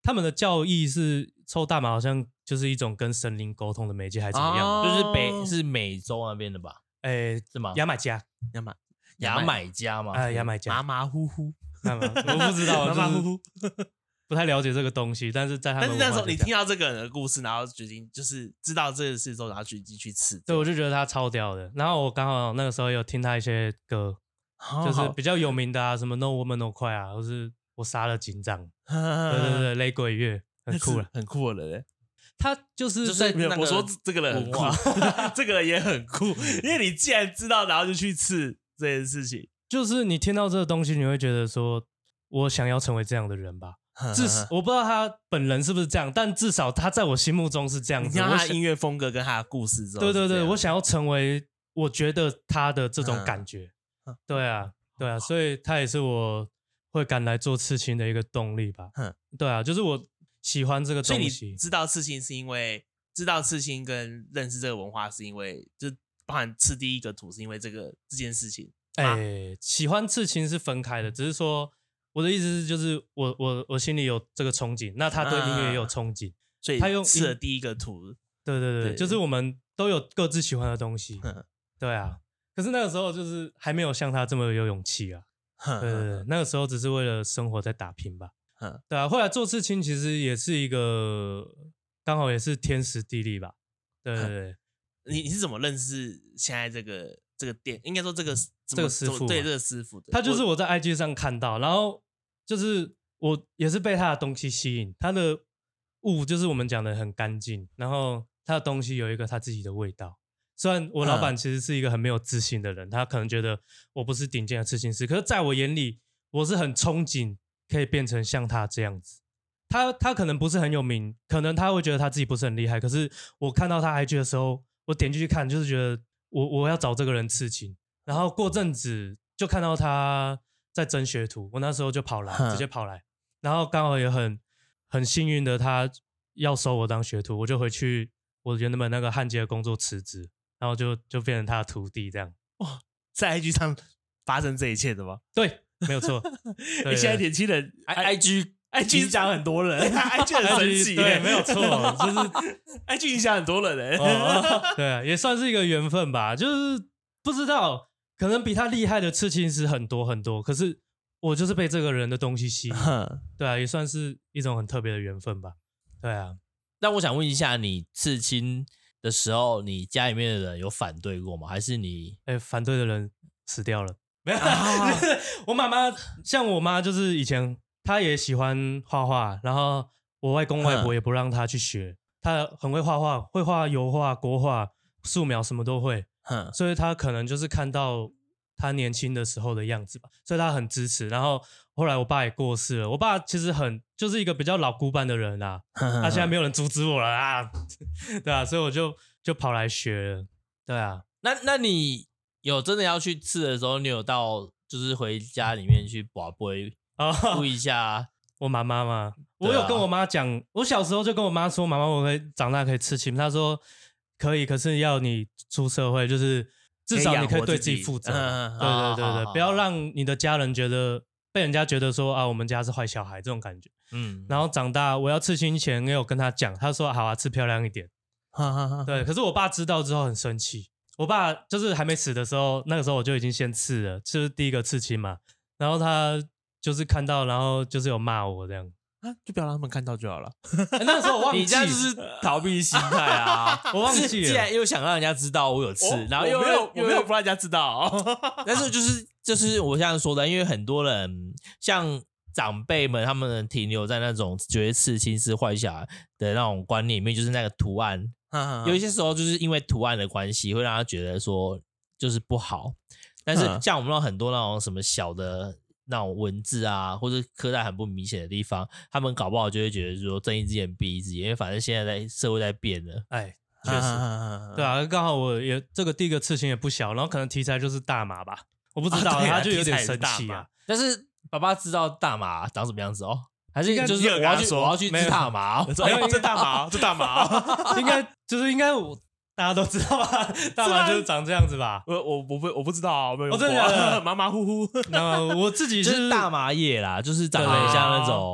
C: 他们的教义是抽大麻好像就是一种跟神灵沟通的媒介，还是怎么样？
B: 哦
A: 就是北是美洲那边的吧？
C: 诶，
A: 是吗？
C: 牙买加，
B: 牙买
A: 牙买加吗？
C: 哎，牙买加，
B: 马马虎虎，
C: 我不知道，
B: 马马虎虎，
C: 不太了解这个东西，但是在他们
B: 但是那时候你听
C: 到，
B: 到这个人的故事，然后决定就是知道这个事之后，然后决定去吃。
C: 对，我就觉得他超屌的。然后我刚好那个时候有听他一些歌，就是比较有名的啊，什么 No Woman No Cry 啊，或是我杀了警长，对对对，雷鬼乐很酷了，
B: 很酷的人。
C: 他就是
A: 就是
C: 在
A: 那个
B: 我说这个人很酷，这个人也很酷，因为你既然知道，然后就去刺这件事情，
C: 就是你听到这个东西，你会觉得说，我想要成为这样的人吧。至少我不知道他本人是不是这样，但至少他在我心目中是这样子。
B: 你听到他的音乐风格跟他的故事之后，
C: 对对对，我想要成为我觉得他的这种感觉。
B: 嗯、
C: 对啊，对啊，所以他也是我会赶来做刺青的一个动力吧。
B: 嗯、
C: 对啊，就是我喜欢这个东西。
B: 所以你知道刺青是因为知道刺青跟认识这个文化是因为，就包含刺第一个图是因为这个这件事情。
C: 哎、欸，喜欢刺青是分开的，只是说。我的意思是，就是我我我心里有这个憧憬，那他对音乐也有憧憬，
B: 啊、所以
C: 他用
B: 刺了第一个图。
C: 对对 对, 对，就是我们都有各自喜欢的东西，对啊。可是那个时候就是还没有像他这么有勇气啊，对对对，那个时候只是为了生活在打拼吧，对啊。后来做刺青其实也是一个刚好也是天时地利吧，对对对。
B: 你你是怎么认识现在这个这个店？应该说这个
C: 这个师傅，
B: 对这个师傅的，
C: 他就是我在 I G 上看到，然后。就是我也是被他的东西吸引，他的物就是我们讲的很干净，然后他的东西有一个他自己的味道。虽然我老板其实是一个很没有自信的人，嗯、他可能觉得我不是顶尖的刺青师，可是在我眼里，我是很憧憬可以变成像他这样子。他他可能不是很有名，可能他会觉得他自己不是很厉害，可是我看到他 I G 的时候，我点进去看，就是觉得我我要找这个人刺青，然后过阵子就看到他。在争学徒，我那时候就跑来，直接跑来，然后刚好也很很幸运的，他要收我当学徒，我就回去我原本那个焊接的工作辞职，然后就就变成他的徒弟这样。
B: 哇，在 I G 上发生这一切的吗？
C: 对，没有错。
B: 你现在年轻人
A: I G
B: I G
A: 影响很多人
B: ，I G 很神奇，
C: 对，没有错，就是
B: I G 影响很多人哎、
C: 哦，对啊，也算是一个缘分吧，就是不知道。可能比他厉害的刺青师很多很多，可是我就是被这个人的东西吸引，对啊，也算是一种很特别的缘分吧，对啊。
A: 那我想问一下，你刺青的时候，你家里面的人有反对过吗？还是你？
C: 哎、欸，反对的人死掉了？没有，啊、我妈妈像我妈，就是以前她也喜欢画画，然后我外公外婆也不让她去学，她很会画画，会画油画、国画、素描，什么都会。所以他可能就是看到他年轻的时候的样子吧，所以他很支持。然后后来我爸也过世了，我爸其实很就是一个比较老古板的人啦、啊，他现在没有人阻止我了啊，对啊，所以我就就跑来学了，对啊。
A: 那那你有真的要去刺的时候，你有到就是回家里面去拔杯布一下
C: 我妈妈嘛？我有跟我妈讲，我小时候就跟我妈说，妈妈我可以长大可以刺青，她说。可以，可是要你出社会，就是至少你可以对自己负责。对对对对，不要让你的家人觉得被人家觉得说啊，我们家是坏小孩这种感觉。嗯，然后长大我要刺青前也有跟他讲，他说好啊，刺漂亮一点。对，可是我爸知道之后很生气。我爸就是还没死的时候，那个时候我就已经先刺了，是第一个刺青嘛。然后他就是看到，然后就是有骂我这样。
B: 啊，就不要让他们看到就好了。
C: 欸、那个时候我忘记，
A: 你这样就是逃避心态啊！
C: 我忘记了，
A: 既然又想让人家知道我有刺，然后又
B: 没有，我没有不让人家知道、
A: 哦。但是就是就是我现在说的，因为很多人像长辈们，他们停留在那种觉得刺青是坏小孩的那种观念里面，就是那个图案。有一些时候就是因为图案的关系，会让他觉得说就是不好。但是像我们那种很多那种什么小的。那种文字啊，或者刻在很不明显的地方，他们搞不好就会觉得说睁一只眼闭一只眼，因为反正现在在社会在变了。
C: 哎，确实，啊对啊，刚好我也这个第一个刺青也不小，然后可能题材就是大麻吧，我不知道，啊啊、他就有点生气啊。
A: 但是爸爸知道大麻长什么样子哦，还是就是我要去我要去吃大麻、哦，
B: 没有这大麻，这大麻，
C: 应该就是应该我。大家都知道吧，大麻就是长这样子吧？
B: 我我我不我不知道啊，我没有用
C: 过、啊，
B: 马马虎虎。
C: 那我自己 是,
A: 是大麻叶啦，就是长得很像那种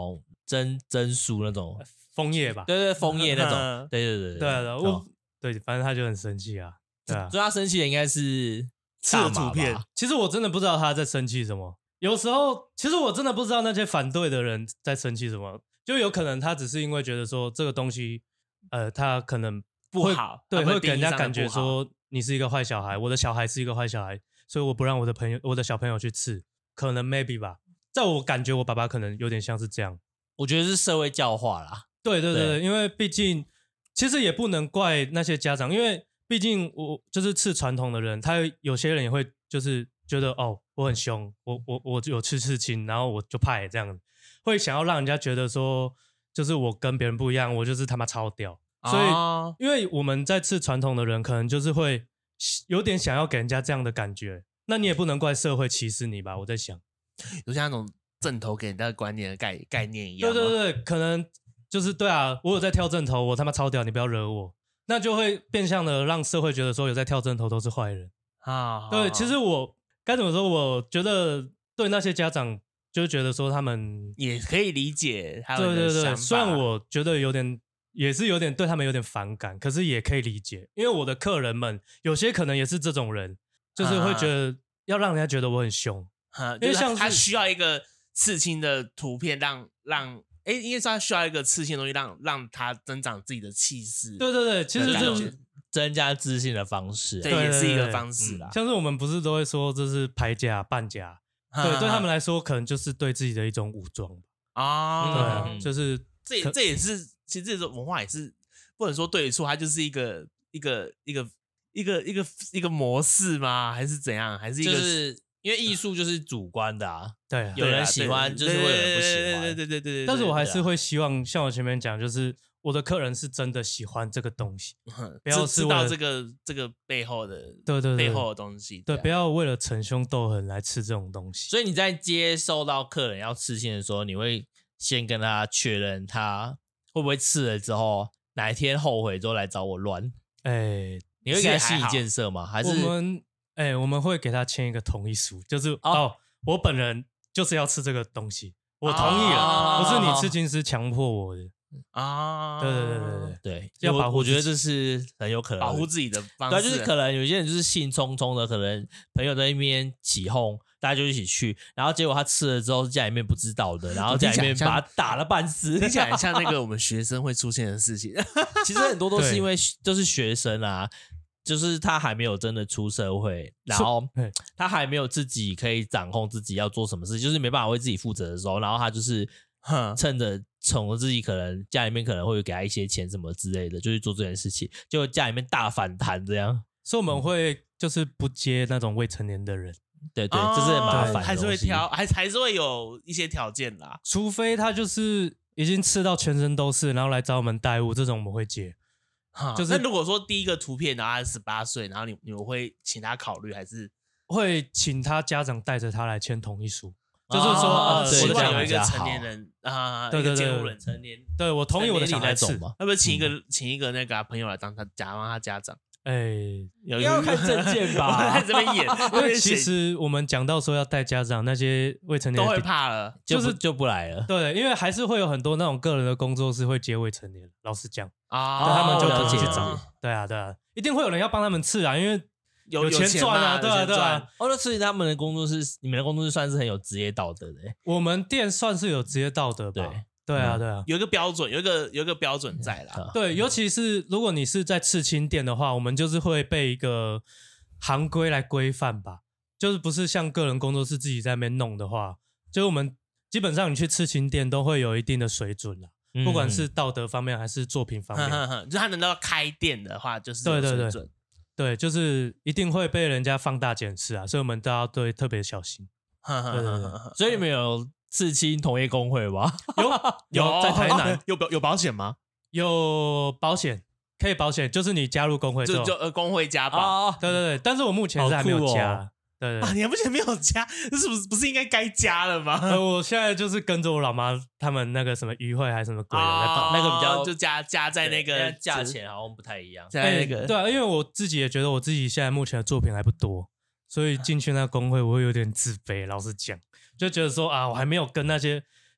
A: 真真树那种
C: 枫叶吧？
A: 对对枫叶那种，对对对
C: 对对对，我对，反正他就很生气啊，对啊，
A: 所以他生气的应该是
B: 吃了图片。
C: 其实我真的不知道他在生气什么，有时候其实我真的不知道那些反对的人在生气什么，就有可能他只是因为觉得说这个东西，呃，他可能
B: 不好，
C: 对，会给人家感觉说你是一个坏小孩，我的小孩是一个坏小孩，所以我不让我的朋友、我的小朋友去吃，可能 maybe 吧，在我感觉我爸爸可能有点像是这样，
A: 我觉得是社会教化啦。
C: 对对对对，因为毕竟其实也不能怪那些家长，因为毕竟我就是吃传统的人，他有些人也会就是觉得哦我很凶，我我我有吃刺青，然后我就派这样，会想要让人家觉得说就是我跟别人不一样，我就是他妈超屌。所以，哦、因为我们在吃传统的人，可能就是会有点想要给人家这样的感觉。那你也不能怪社会歧视你吧？我在想，
B: 有像那种正头给人家的观念的概概念一样。
C: 对对对，可能就是对啊，我有在跳正头，我他妈超屌，你不要惹我。那就会变相的让社会觉得说有在跳正头都是坏人啊。对，其实我该怎么说？我觉得对那些家长就觉得说他们
B: 也可以理解他们的
C: 对对对，
B: 想法。
C: 虽然我觉得有点。也是有点对他们有点反感，可是也可以理解，因为我的客人们有些可能也是这种人，就是会觉得要让人家觉得我很凶，
B: 啊、因为像他需要一个刺青的图片让，让让哎，因为他需要一个刺青的东西让让他增长自己的气势。
C: 对对对，其实就是
A: 增加自信的方式，
B: 对，也是一个方式啦。
C: 嗯、像是我们不是都会说这是排甲、半甲，对，对他们来说可能就是对自己的一种武装
B: 啊，
C: 对啊，嗯、就是
B: 这也这也是。其实这种文化也是不能说对错，它就是一个一个一个一个一个一个模式吗？还是怎样？还是一个？
A: 就是因为艺术就是主观的啊，
C: 对，
A: 有人喜欢就是会有人不喜欢，
B: 对对对对对。
C: 但是我还是会希望，像我前面讲，就是我的客人是真的喜欢这个东西，不要
B: 知道这个这个背后的
C: 对对
B: 背后的东西，
C: 对，不要为了逞凶斗狠来吃这种东西。
A: 所以你在接受到客人要刺青的时候，你会先跟他确认他。会不会刺了之后哪一天后悔之后来找我乱？
C: 哎、欸，
A: 你会给他心理建设吗？还是
C: 我们哎、欸，我们会给他签一个同意书，就是 哦, 哦，我本人就是要吃这个东西，我同意了，哦、不是你刺青师强迫我的啊。对对对对对
A: 对，
C: 要保护，
A: 我觉得这是很有可能
B: 保护自己的方式。
A: 对，就是可能有些人就是兴冲冲的，可能朋友在那边起哄。大家就一起去，然后结果他吃了之后，家里面不知道的，然后家里面把他打了半死，
B: 听起来像那个我们学生会出现的事情。
A: 其实很多都是因为就是学生啊，就是他还没有真的出社会，然后他还没有自己可以掌控自己要做什么事，就是没办法为自己负责的时候，然后他就是趁着宠着自己，可能家里面可能会给他一些钱什么之类的，就去做这件事情，结果家里面大反弹这样，
C: 所以我们会就是不接那种未成年的人。
A: 对对，这是很麻烦的，
B: 还是会挑，还还是会有一些条件啦。
C: 除非他就是已经吃到全身都是，然后来找我们代务，这种我们会接。
B: 就是那如果说第一个图片，然后他十八岁，然后你你们会请他考虑，还是
C: 会请他家长带着他来签同意书？就是说，
B: 哦、
C: 呃，
B: 希望有一个成年人啊，
C: 对对对，
B: 监护人成年，
C: 对我同意我的小孩
A: 刺嘛，
B: 要不要请一个、嗯、请一个那个、啊、朋友来当他假装他家长？
C: 哎、欸，
A: 有要看证件吧？
B: 在这边演，
C: 因为其实我们讲到说要带家长，那些未成年
B: 都会怕了，
C: 就是
A: 就不来了。
C: 对，因为还是会有很多那种个人的工作室会接未成年，老实讲
B: 啊，
C: 他们就
A: 了解
C: 去找。对啊，对啊，一定会有人要帮他们刺啊，因为
B: 有
C: 钱赚啊，对啊，对啊。
A: 哦，那所以他们的工作室，你们的工作室算是很有职业道德的。
C: 我们店算是有职业道德吧？
A: 对。
C: 对啊，对啊，
B: 有一个标准，有一个有一个标准在啦。
C: 对，尤其是如果你是在刺青店的话，我们就是会被一个行规来规范吧。就是不是像个人工作室自己在那边弄的话，就是我们基本上你去刺青店都会有一定的水准啦，嗯、不管是道德方面还是作品方面。
B: 呵呵呵就是他能够开店的话，就是有水准。
C: 对对对，对，就是一定会被人家放大检视啊，所以我们都要对特别小心。
B: 呵呵呵
C: 对对对，
A: 所以你们有刺青同业工会吗？
C: 有有在台南、
B: 哦、有有保险吗？
C: 有保险，可以保险，就是你加入工会之后，
B: 就就呃工会加保、
C: 哦。对对对，但是我目前是还没有加。
A: 哦、
C: 对, 对
B: 啊，你目前没有加，这是不是不是应该该加了吗？
C: 呃，我现在就是跟着我老妈他们那个什么鱼会还是什么鬼的、
B: 哦，
A: 那个比较
B: 就加加在那个
A: 价钱好像不太一样，
B: 在那个、
C: 欸、对啊，因为我自己也觉得我自己现在目前的作品还不多，所以进去那工会我会有点自卑，老实讲。就觉得说啊，我还没有跟那些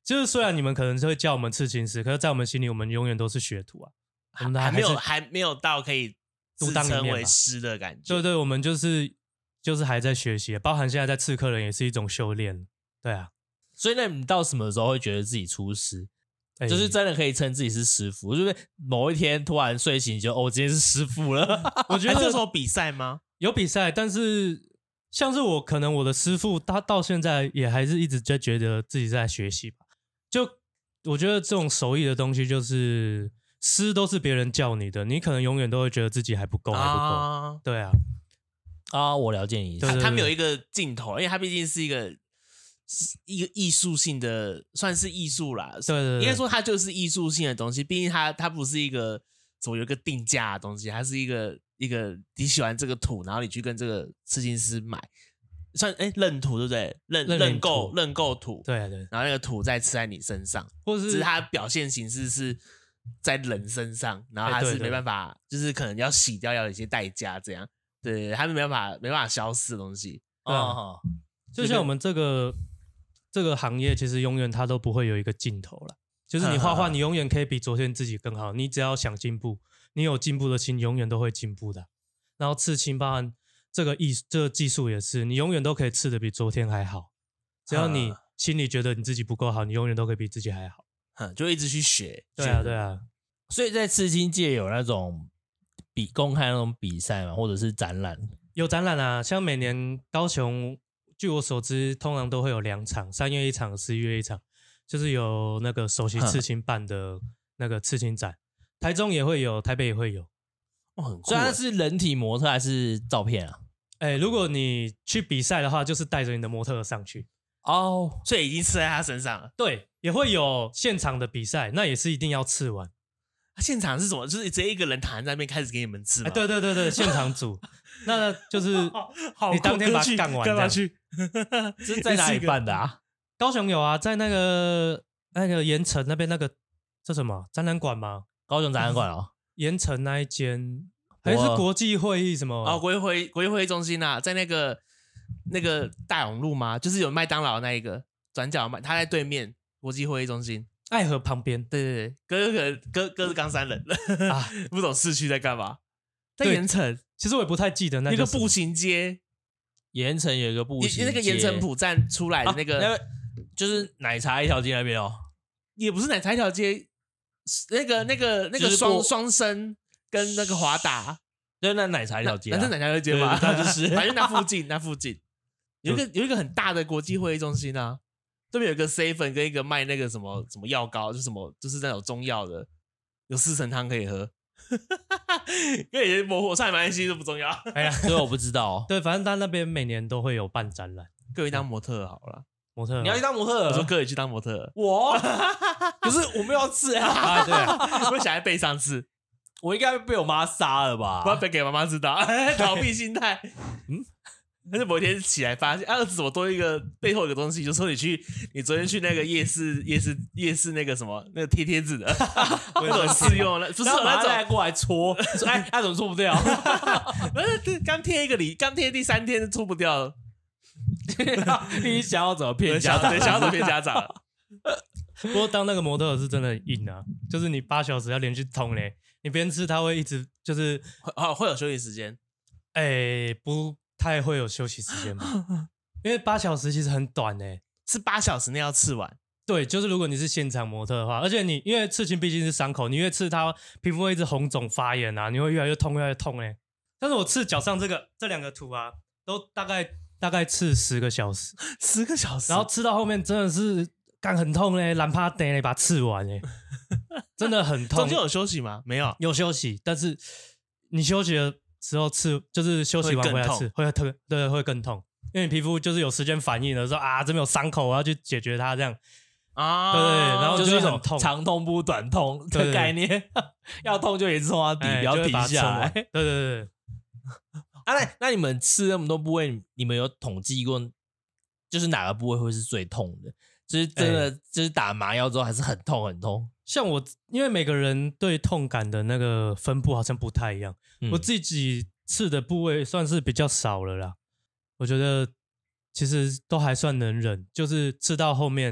C: 就是虽然你们可能会叫我们刺青师，可是在我们心里，我们永远都是学徒啊。我们
B: 还没有
C: 是
B: 还没有到可以自
C: 独当一面吧
B: 称为师的感觉。
C: 对对，我们就是就是还在学习，包含现在在刺客人也是一种修炼。对啊，
A: 所以那你到什么时候会觉得自己出师？
C: 欸、
A: 就是真的可以称自己是师傅，就是某一天突然睡醒就哦，我今天是师傅了。
C: 我觉得
B: 这时候比赛吗？
C: 有比赛，但是像是我可能我的师傅他到现在也还是一直在觉得自己在学习吧。就我觉得这种手艺的东西，就是师都是别人教你的，你可能永远都会觉得自己还不够，还不够。
B: 啊
C: 对啊，
A: 啊，我了解你意思。
C: 对对对
B: 他们有一个镜头，因为它毕竟是一个一个艺术性的，算是艺术啦。
C: 对对对，
B: 应该说它就是艺术性的东西。毕竟它它不是一个怎么有一个定价的东西，它是一个一个你喜欢这个图，然后你去跟这个刺青师买，算哎认图对不对？认
C: 认
B: 认购
C: 图
B: 认购图，
C: 对啊对，
B: 然后那个图再刺在你身上，
C: 或是
B: 只是它表现形式是在人身上，然后它是
C: 哎对对
B: 没办法，就是可能要洗掉，要有一些代价这样。对，它是没办法没办法消失的东西。
C: 对啊
A: 哦，
C: 就像我们这个这个行业，其实永远它都不会有一个尽头了。就是你画画，你永远可以比昨天自己更好。你只要想进步，你有进步的心，永远都会进步的。然后刺青，包含这个艺这个技术也是，你永远都可以刺的比昨天还好。只要你心里觉得你自己不够好，你永远都可以比自己还好。
B: 嗯，就一直去学。
C: 对啊，对啊。
A: 所以在刺青界有那种比公开那种比赛嘛，或者是展览。
C: 有展览啊，像每年高雄，据我所知，通常都会有两场，三月一场，十一月一场，就是有那个首席刺青办的那个刺青展。台中也会有，台北也会有。
B: 哦，很酷。
A: 所以它是人体模特还是照片啊？
C: 哎，如果你去比赛的话，就是带着你的模特上去。
A: 哦，
B: 所以已经刺在他身上了。
C: 对，也会有现场的比赛，那也是一定要刺完。
B: 现场是什么？就是直接一个人躺在那边开始给你们刺吗？
C: 哎，对对对对，现场组，那就是
B: 好
C: 你当天把它干完，
B: 干嘛去？
A: 是在哪里办的啊？
C: 高雄有啊，在那个那个盐城那边那个这什么展览馆吗？
A: 高雄展览馆哦，
C: 盐城那一间还是国际会议什么？
B: 哦，国际会国际会议中心啊，在那个那个大勇路吗？就是有麦当劳那一个转角麦，他在对面国际会议中心。
C: 爱河旁边，
B: 对对对，哥哥哥哥是冈山人啊，不懂市区在干嘛？在盐城，
C: 其实我也不太记得那
B: 那个步行街，
A: 盐城有一个步行街，
B: 那个盐城埔站出来的那个，
A: 啊、那个就是奶茶一条街那边哦，
B: 也不是奶茶一条街，那个那个那个双双生跟那个华达，
A: 就是那奶茶一条街、啊，
B: 那是奶茶一条街吗？
A: 那就是
B: 反正那附近那附近有一个有一个很大的国际会议中心啊。这边有一个 seven 跟一个卖那个什么什么药膏，就是什么就是那种中药的，有四神汤可以喝。跟以前模糊差点关系都不重要。
C: 哎呀，
A: 所以我不知道、哦。
C: 对，反正他那边每年都会有办展览。
B: 各位当模特好了，
C: 模特，
A: 你要去当模特？
B: 我说各位去当模特，
A: 我可是我没有刺啊。
C: 啊，对啊，
B: 我想在背上刺，
A: 我应该被我妈杀了吧？
B: 不要被给妈妈知道，逃避心态。嗯。但是某一天起来发现，啊，儿子怎么多一个背后有个东西？就说你去，你昨天去那个夜市，夜市，夜市那个什么，那个贴贴纸的，不能试用了，不是
A: 拿来过来搓，哎，他怎么搓不掉？
B: 刚贴一个礼，刚贴第三天就搓不掉了。
A: 你想要怎么骗家长？
B: 想要怎么骗家长？
C: 不过当那个模特是真的很硬啊，就是你八小时要连续通嘞，你边吃他会一直就是
B: 哦会有休息时间，
C: 哎不。太会有休息时间吧？因为八小时其实很短诶，
B: 是八小时内要刺完。
C: 对，就是如果你是现场模特的话，而且你因为刺青毕竟是伤口，你越刺它皮肤会一直红肿发炎啊，你会越来越痛，越来越痛诶。但是我刺脚上这个这两个图啊，都大概大概刺十个小时，
B: 十个小时，
C: 然后刺到后面真的是干很痛嘞，懒趴得嘞，把它刺完诶，真的很痛。
B: 中间有休息吗？没有，
C: 有休息，但是你休息了。之后刺就是休息完回来刺，会特对会更痛，因为你皮肤就是有时间反应的说啊这边有伤口，我要去解决它这样
B: 啊，
C: 对对，然后
A: 就是一
C: 种痛
A: 长痛不短痛的概念，要痛就一直痛到底，不要停下来。
C: 对对对，
A: 啊那那你们刺那么多部位，你们有统计过，就是哪个部位会是最痛的？就是真的，欸、就是打麻药之后还是很痛很痛。
C: 像我，因为每个人对痛感的那个分布好像不太一样，嗯、我自己刺的部位算是比较少了啦。我觉得其实都还算能忍，就是刺到后面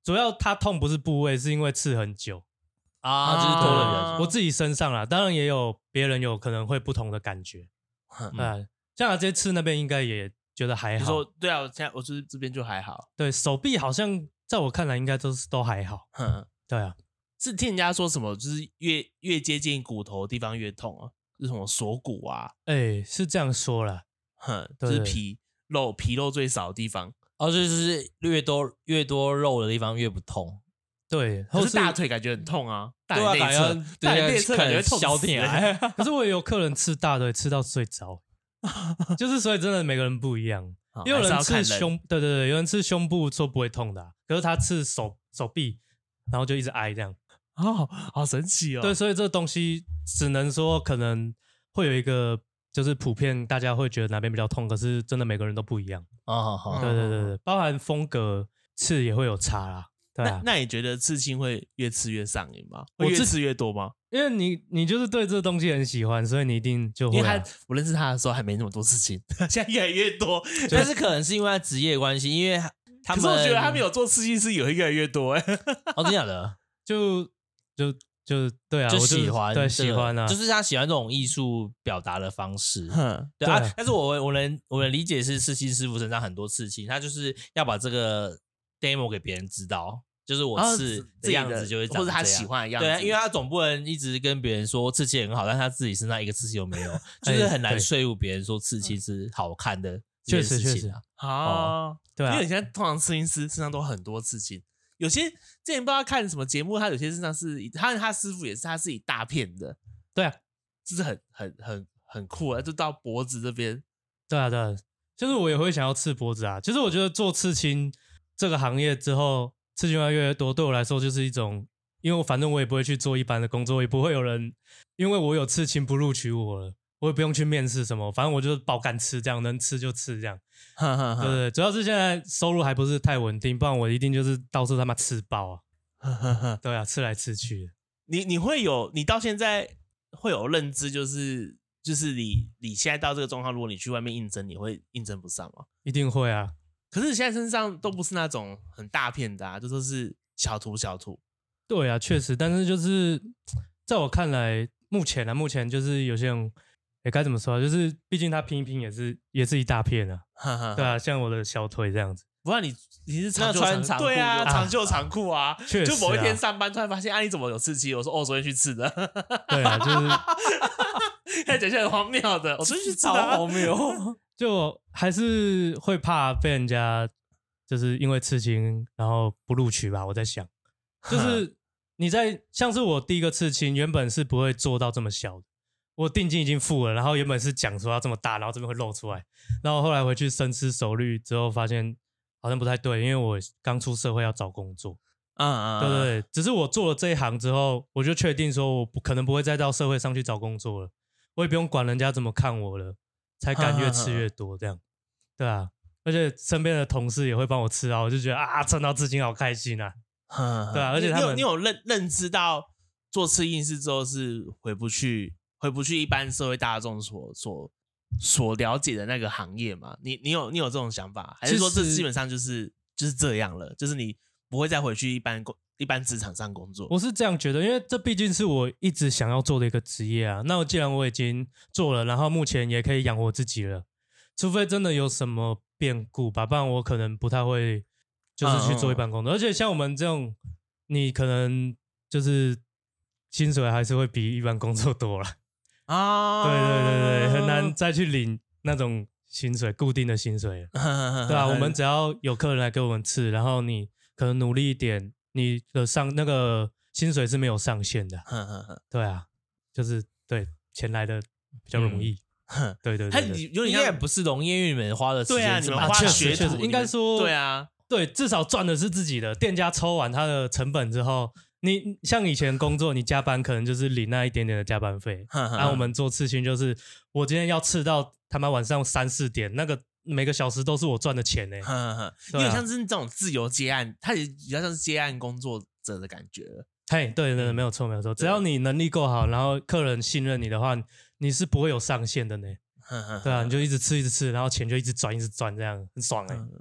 C: 主要它痛不是部位，是因为刺很久
A: 啊，就是拖了比较久。
C: 我自己身上啦，当然也有别人有可能会不同的感觉。嗯，嗯像这些刺那边应该也觉得还好。
B: 你说对啊，我现在我就是这边就还好。
C: 对手臂好像在我看来应该都是都还好。
B: 哼，
C: 对啊，
B: 是听人家说什么，就是越越接近骨头的地方越痛啊，是什么锁骨啊？
C: 哎、欸，是这样说啦。
B: 哼，就是皮肉皮肉最少的地方。
A: 哦，就是越多越多肉的地方越不痛。
C: 对，
B: 可是大腿感觉很痛啊，
A: 对啊，
B: 内侧大腿内侧感觉痛
A: 小点啊。
C: 可是我也有客人吃大腿吃到睡着，就是所以真的每个人不一样。也有人吃胸，对对对，有人吃胸部说不会痛的、啊，可是他吃手手臂，然后就一直挨这样。
B: 哦，好神奇哦。
C: 对，所以这东西只能说可能会有一个，就是普遍大家会觉得哪边比较痛，可是真的每个人都不一样。
A: 哦，好，
C: 对对对对，包含风格刺也会有差啦。对啊，
B: 那那你觉得刺青会越刺越上瘾吗？会越刺越多吗？
C: 因为你你就是对这东西很喜欢，所以你一定就会、啊。
B: 因为他我认识他的时候还没那么多刺青，现在越来越多。
A: 但是可能是因为他职业关系，因为他们。
B: 可是我觉得他们有做刺青师也会越来越多哎、欸。
A: 哦，真的假的？
C: 就就就对啊，
A: 就喜
C: 欢，
A: 对
C: 喜欢啊，
A: 就是他喜欢这种艺术表达的方式。对,
C: 对
A: 啊，但是我我能我能理解是刺青师傅身上很多刺青，他就是要把这个 demo 给别人知道。就是我刺的样子就会长这样，
B: 或者他喜欢的样子。
A: 对啊，因为他总不能一直跟别人说刺青很好，但他自己身上一个刺青都没有，就是很难说服别人说刺青是好看的这件事情啊。
B: 哦，
C: 对啊，
B: 因为你现在通常刺青师身上都很多刺青，有些之前不知道看什么节目，他有些身上是他他师傅也是他是一大片的，
C: 对啊，
B: 就是很很很很酷啊，就到脖子这边。
C: 对啊，对啊，就是我也会想要刺脖子啊。其实我觉得做刺青这个行业之后。刺青越来越多，对我来说就是一种，因为我反正我也不会去做一般的工作，也不会有人因为我有刺青不录取我了，我也不用去面试什么，反正我就是爆干吃，这样能吃就吃这样。对对，主要是现在收入还不是太稳定，不然我一定就是到处他妈吃爆啊。对啊，吃来吃去的。
B: 你你会有，你到现在会有认知，就是就是你你现在到这个状况，如果你去外面应征，你会应征不上吗？
C: 一定会啊。
B: 可是你现在身上都不是那种很大片的啊，就都是小图小图。
C: 对啊，确实，但是就是在我看来，目前啊，目前就是有些人，也该怎么说啊？就是毕竟他拼一拼也是也是一大片啊。对啊，像我的小腿这样子。
B: 不然你你是长袖
A: 穿长裤，
B: 对啊，长袖长裤啊。
C: 确实、啊，
B: 就某一天上班突然发现，啊，你怎么有刺青？我说哦，昨天去刺的。
C: 对啊，就是
B: 看起来很荒谬的，我昨天去刺的、啊，
A: 荒谬。
C: 就还是会怕被人家就是因为刺青然后不录取吧，我在想就是你在像是我第一个刺青原本是不会做到这么小的，我定金已经付了，然后原本是讲说要这么大，然后这边会露出来，然后后来回去深思熟虑之后发现好像不太对，因为我刚出社会要找工作。嗯嗯，对对对，只是我做了这一行之后，我就确定说我不可能不会再到社会上去找工作了，我也不用管人家怎么看我了，才敢越吃越多这样。对啊，而且身边的同事也会帮我吃啊，我就觉得啊，挣到资金好开心啊。对啊，而且他们
B: 你有你有认认知到做刺青师之后是回不去回不去一般社会大众所所所了解的那个行业吗？你你有你有这种想法，还是说这基本上就是就是这样了？就是你不会再回去一般工一般职场上工作？
C: 我是这样觉得，因为这毕竟是我一直想要做的一个职业啊。那既然我已经做了，然后目前也可以养活自己了，除非真的有什么变故吧，不然我可能不太会就是去做一般工作。嗯嗯，而且像我们这种，你可能就是薪水还是会比一般工作多了啊。对对对对，很难再去领那种薪水固定的薪水。对啊，我们只要有客人来给我们刺，然后你可能努力一点，你的上那个薪水是没有上限的。对啊，就是对钱来的比较容易。嗯、对对对，
A: 他有点像不是农业，因为你们花的时间，
B: 对啊，你们花的学徒，
C: 应该说
B: 对啊，
C: 对，至少赚的是自己的。店家抽完他的成本之后，你像以前工作，你加班可能就是领那一点点的加班费。然后我们做刺青，就是我今天要刺到他妈晚上三四点，那个每个小时都是我赚的钱呢、欸。
B: 有点像是这种自由接案，它也比较像是接案工作者的感觉了。
C: 嘿，对对对，没有错没有错，只要你能力够好，然后客人信任你的话，你是不会有上限的呢。对啊，你就一直吃一直吃，然后钱就一直赚一直赚，这样很爽哎、欸嗯。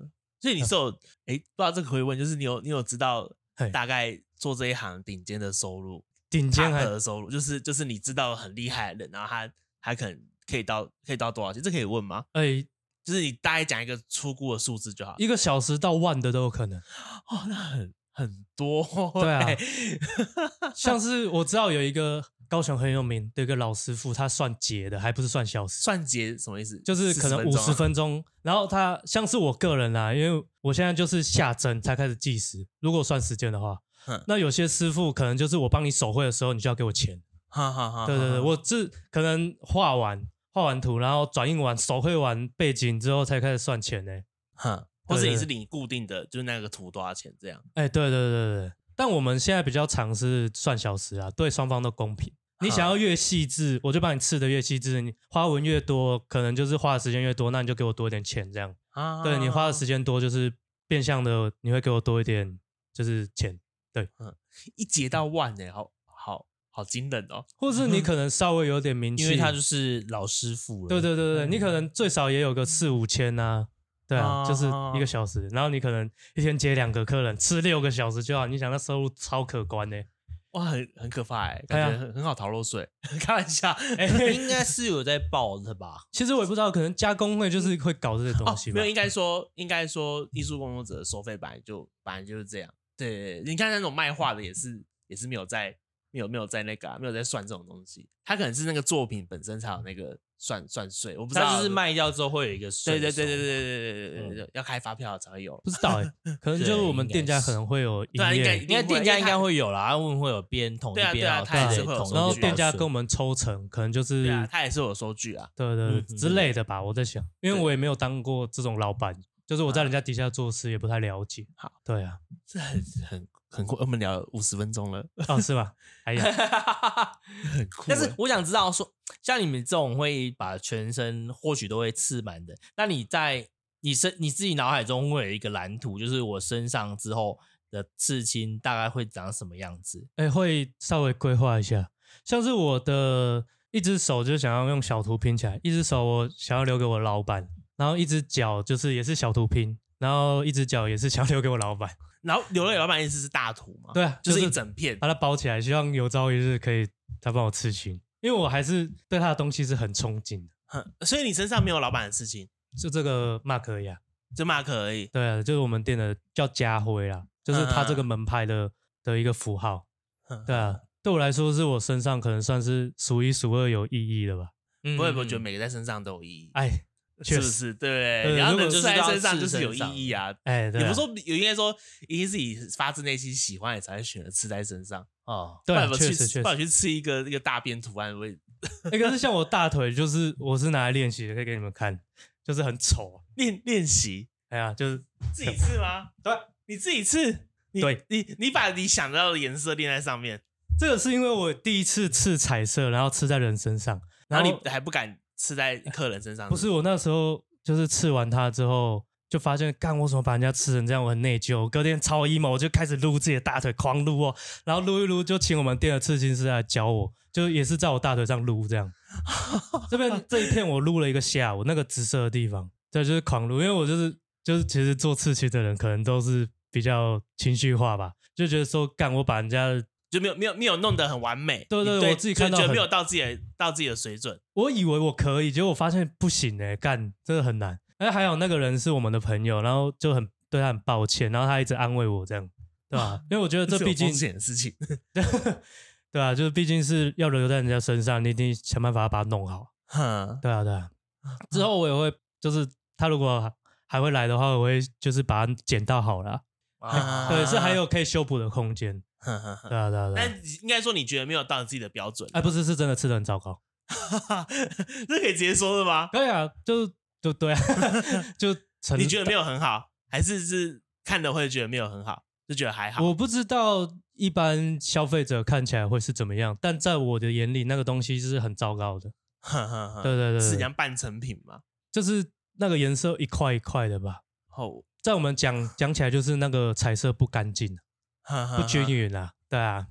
B: 所以你是有哎、不知道这个可以问，就是你有你有知道
C: 嘿
B: 大概做这一行顶尖的收入，
C: 顶尖
B: top
C: 还
B: 的收入，就是就是你知道很厉害的人，然后他他可能可以到可以到多少钱？这可以问吗？
C: 哎，
B: 就是你大概讲一个粗估的数字就好。
C: 一个小时到万的都有可能。
B: 哦，那很很多、
C: 对啊
B: 欸
C: 像是我知道有一个高雄很有名的一个老师傅，他算节的，还不是算小时，
B: 算节什么意思？
C: 就是可能五十分钟。然后他像是我个人啦，因为我现在就是下针才开始计时，如果算时间的话，
B: 嗯
C: 那有些师傅可能就是我帮你手绘的时候，你就要给我钱。
B: 哈哈哈，
C: 对对对，我是可能画完画完图，然后转印完手绘完背景之后才开始算钱呢。
B: 哼，或者你是领固定的，就是那个图多少钱这样。
C: 哎，对对对对对，但我们现在比较常是算小时啊，对双方都公平。你想要越细致，我就帮你刺的越细致，你花纹越多，可能就是花的时间越多，那你就给我多一点钱这样。
B: 啊
C: 对，你花的时间多，就是变相的你会给我多一点就是钱。对，
B: 嗯，一节到万呢、欸，好好好惊人哦。
C: 或是你可能稍微有点名气，
A: 因为他就是老师傅了。
C: 对对对对，你可能最少也有个四五千啊。对啊，
B: 啊
C: 就是一个小时，然后你可能一天接两个客人，吃六个小时就好，你想那收入超可观呢、
B: 哇，很很可怕哎、欸，
C: 对啊
B: 感觉很很好逃漏税。开玩笑，
C: 哎、
A: 应该是有在报的吧？
C: 其实我也不知道，可能加工会就是会搞这些东西吧。
B: 哦、没有，应该说应该说艺术工作者的收费本来就本来就是这样。对，你看那种卖画的也是也是没有在没有没有在那个、啊、没有在算这种东西，他可能是那个作品本身才有那个算算税，我不知道。
A: 他就是卖掉之后会有一个税
B: 对
A: 收。
B: 对对对对对对对对对，要开发票才会有。
C: 不知道哎、欸，可能就是我们店家可能会有营
B: 对啊应该
C: 业，
A: 应该店家应该会有啦，他们会有编统一
B: 对啊对
A: 编
B: 啊他也是会有
A: 统一
C: 然后
B: 收据
C: 店家跟我们抽成，可能就是
B: 对啊，他也是有收据啊。
C: 对对
A: 嗯
C: 对之类的吧。我在想，因为我也没有当过这种老板，就是我在人家底下做事也不太了解。
B: 好，
C: 对啊，
B: 这很很很酷，我们聊五十分钟了，
C: 哦是吧？哎呀，
B: 很酷欸。
A: 但是我想知道说，像你们这种会把全身或许都会刺满的，那你在你身你自己脑海中会有一个蓝图，就是我身上之后的刺青大概会长什么样子？
C: 哎，会稍微规划一下，像是我的一只手就想要用小图拼起来，一只手我想要留给我老板，然后一只脚就是也是小图拼，然后一只脚也是想要留给我老板。
B: 然后留了给老板意思是大图嘛？
C: 对啊，
B: 就是
C: 就是
B: 一整片。
C: 把它包起来，希望有朝一日可以他帮我刺青，因为我还是对他的东西是很憧憬的。
B: 哼，所以你身上没有老板的事情，
C: 就这个 mark 而已啊，
B: 就 mark 而已。
C: 对啊，就是我们店的叫家徽啦，就是他这个门牌的的一个符号。
B: 哼
C: 对啊，对我来说是我身上可能算是数一数二有意义的吧。
A: 嗯
B: 不会不会觉得每个在身上都有意义，
C: 哎，确实，
B: 是不是？对不对？
C: 对
B: 你要
C: 如果
B: 能刺在身上
A: 就
B: 就是是有
A: 要刺身上
B: 意义啊。
C: 哎，对啊
B: 也不是说有应该说一定是以发自内心喜欢，你才会选择刺在身上。
A: 哦，
C: 对啊，
B: 不然我去
C: 确实确实。
B: 不然我去刺一个一个大便图案，会
C: 哎，可是像我大腿，就是我是拿来练习的，可以给你们看，就是很丑。
B: 练练习
C: 哎呀，就是
B: 自己刺吗？
C: 对，
B: 你自己刺。你
C: 对，
B: 你你把你想到的颜色练在上面，
C: 这个是因为我第一次刺彩色，然后刺在人身上，
B: 然后你还不敢刺在客人身上。
C: 不是我那时候就是刺完它之后，就发现干我怎么把人家刺成这样，我很内疚。我隔天超 emo，我就开始撸自己的大腿，狂撸哦，然后撸一撸就请我们店的刺青师来教我，就也是在我大腿上撸这样。这边这一片我撸了一个下午，那个紫色的地方，对，就是狂撸，因为我就是就是其实做刺青的人可能都是比较情绪化吧，就觉得说干我把人家的。
B: 就没有没有没有弄得很完美，
C: 对对
B: 你
C: 我自己看到很
B: 就觉得没有到自己的到自己的水准。
C: 我以为我可以，结果我发现不行哎、欸，干真的很难。哎，还有那个人是我们的朋友，然后就很对他很抱歉，然后他一直安慰我这样，对吧？因为我觉得这毕竟
B: 是有风险的事情，
C: 对啊，就是毕竟是要留在人家身上，你一定想办法把它弄好。
B: 哼，
C: 对啊，对啊。之后我也会，就是他如果还会来的话，我会就是把它剪到好了。
B: 啊
C: 对，是还有可以修补的空间。
B: 哼哼哼
C: 对啊，对啊，对啊。
B: 但应该说你觉得没有到你自己的标准，
C: 哎，不是，是真的吃的很糟糕。
B: 这可以直接说的吗？
C: 可以啊，就就对啊，就成
B: 你觉得没有很好，还是是看的会觉得没有很好，就觉得还好？
C: 我不知道一般消费者看起来会是怎么样，但在我的眼里，那个东西是很糟糕的。
B: 哼哼哼，
C: 对对对对
B: 是讲半成品嘛？
C: 就是那个颜色一块一块的吧，
B: 哦，
C: 在我们讲讲起来就是那个彩色不干净，
B: 哼哼
C: 不均匀啊。对啊，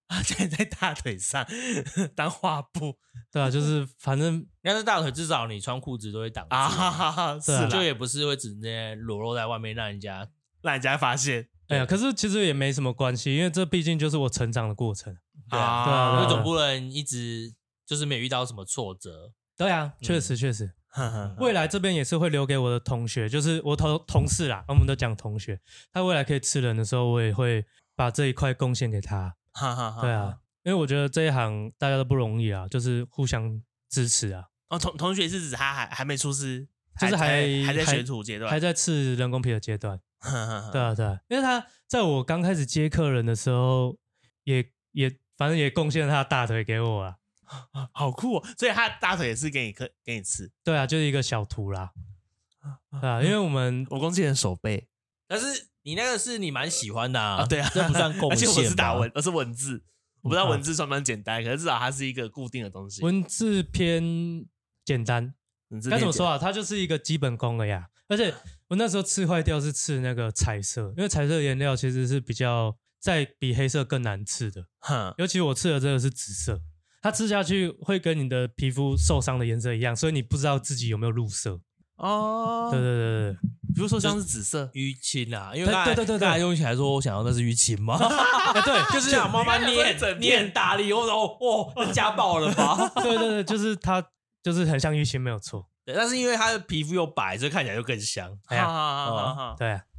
B: 啊，在在大腿上当画布，
C: 对啊，就是反正
A: 但是大腿至少你穿裤子都会挡住
B: 啊，哈哈哈，是啦，
A: 就也不是会直接裸露在外面让人家
B: 让人家发现。
C: 哎呀，可是其实也没什么关系，因为这毕竟就是我成长的过程。
A: 对啊，
C: 对啊对啊
A: 因为总不能一直就是没有遇到什么挫折。
C: 对啊，确实确实。
B: 呵呵
C: 未来这边也是会留给我的同学，就是我同同事啦，我们都讲同学，他未来可以吃人的时候，我也会把这一块贡献给他。
B: 哈哈哈，
C: 对啊，因为我觉得这一行大家都不容易啊，就是互相支持啊。
B: 哦，同同学是指他还还没出师，
C: 就是还
B: 还在学徒阶段，
C: 还在刺人工皮的阶段。
B: 呵呵呵
C: 对啊，对啊，因为他在我刚开始接客人的时候，也也反正也贡献了他的大腿给我啊。
B: 好酷哦！所以他大腿也是给你给给你吃。
C: 对啊，就是一个小图啦。对啊，因为我们
B: 我攻击人手背，
A: 但是你那个是你蛮喜欢的啊，
B: 啊对啊，
A: 这不算贡
B: 而且
A: 献吧。
B: 我是打文，而是文字，我不知道
C: 嗯
B: 文字算不算简单，可是至少它是一个固定的东西。
C: 文字偏简单，
B: 文字
C: 该怎么说啊？它就是一个基本功了呀。而且我那时候刺坏掉是刺那个彩色，因为彩色颜料其实是比较在比黑色更难刺的。
B: 哼，
C: 尤其我刺的这个是紫色，它刺下去会跟你的皮肤受伤的颜色一样，所以你不知道自己有没有入色。
B: 哦，
C: 对对对对，
B: 比如说像是紫色，
A: 淤青啊，因为
C: 对
A: 刚才
C: 对对对对
A: 刚才用起来说，我想要那是淤青吗？
C: 哎对，
A: 就是想慢慢捏
B: 整片
A: 捏很大力，我说哦，那家暴了吧？
C: 对对对，就是它就是很像淤青，没有错。
A: 对，但是因为他的皮肤又白，所以看起来就更香。
C: 哎呀，
B: 啊，
C: 对啊，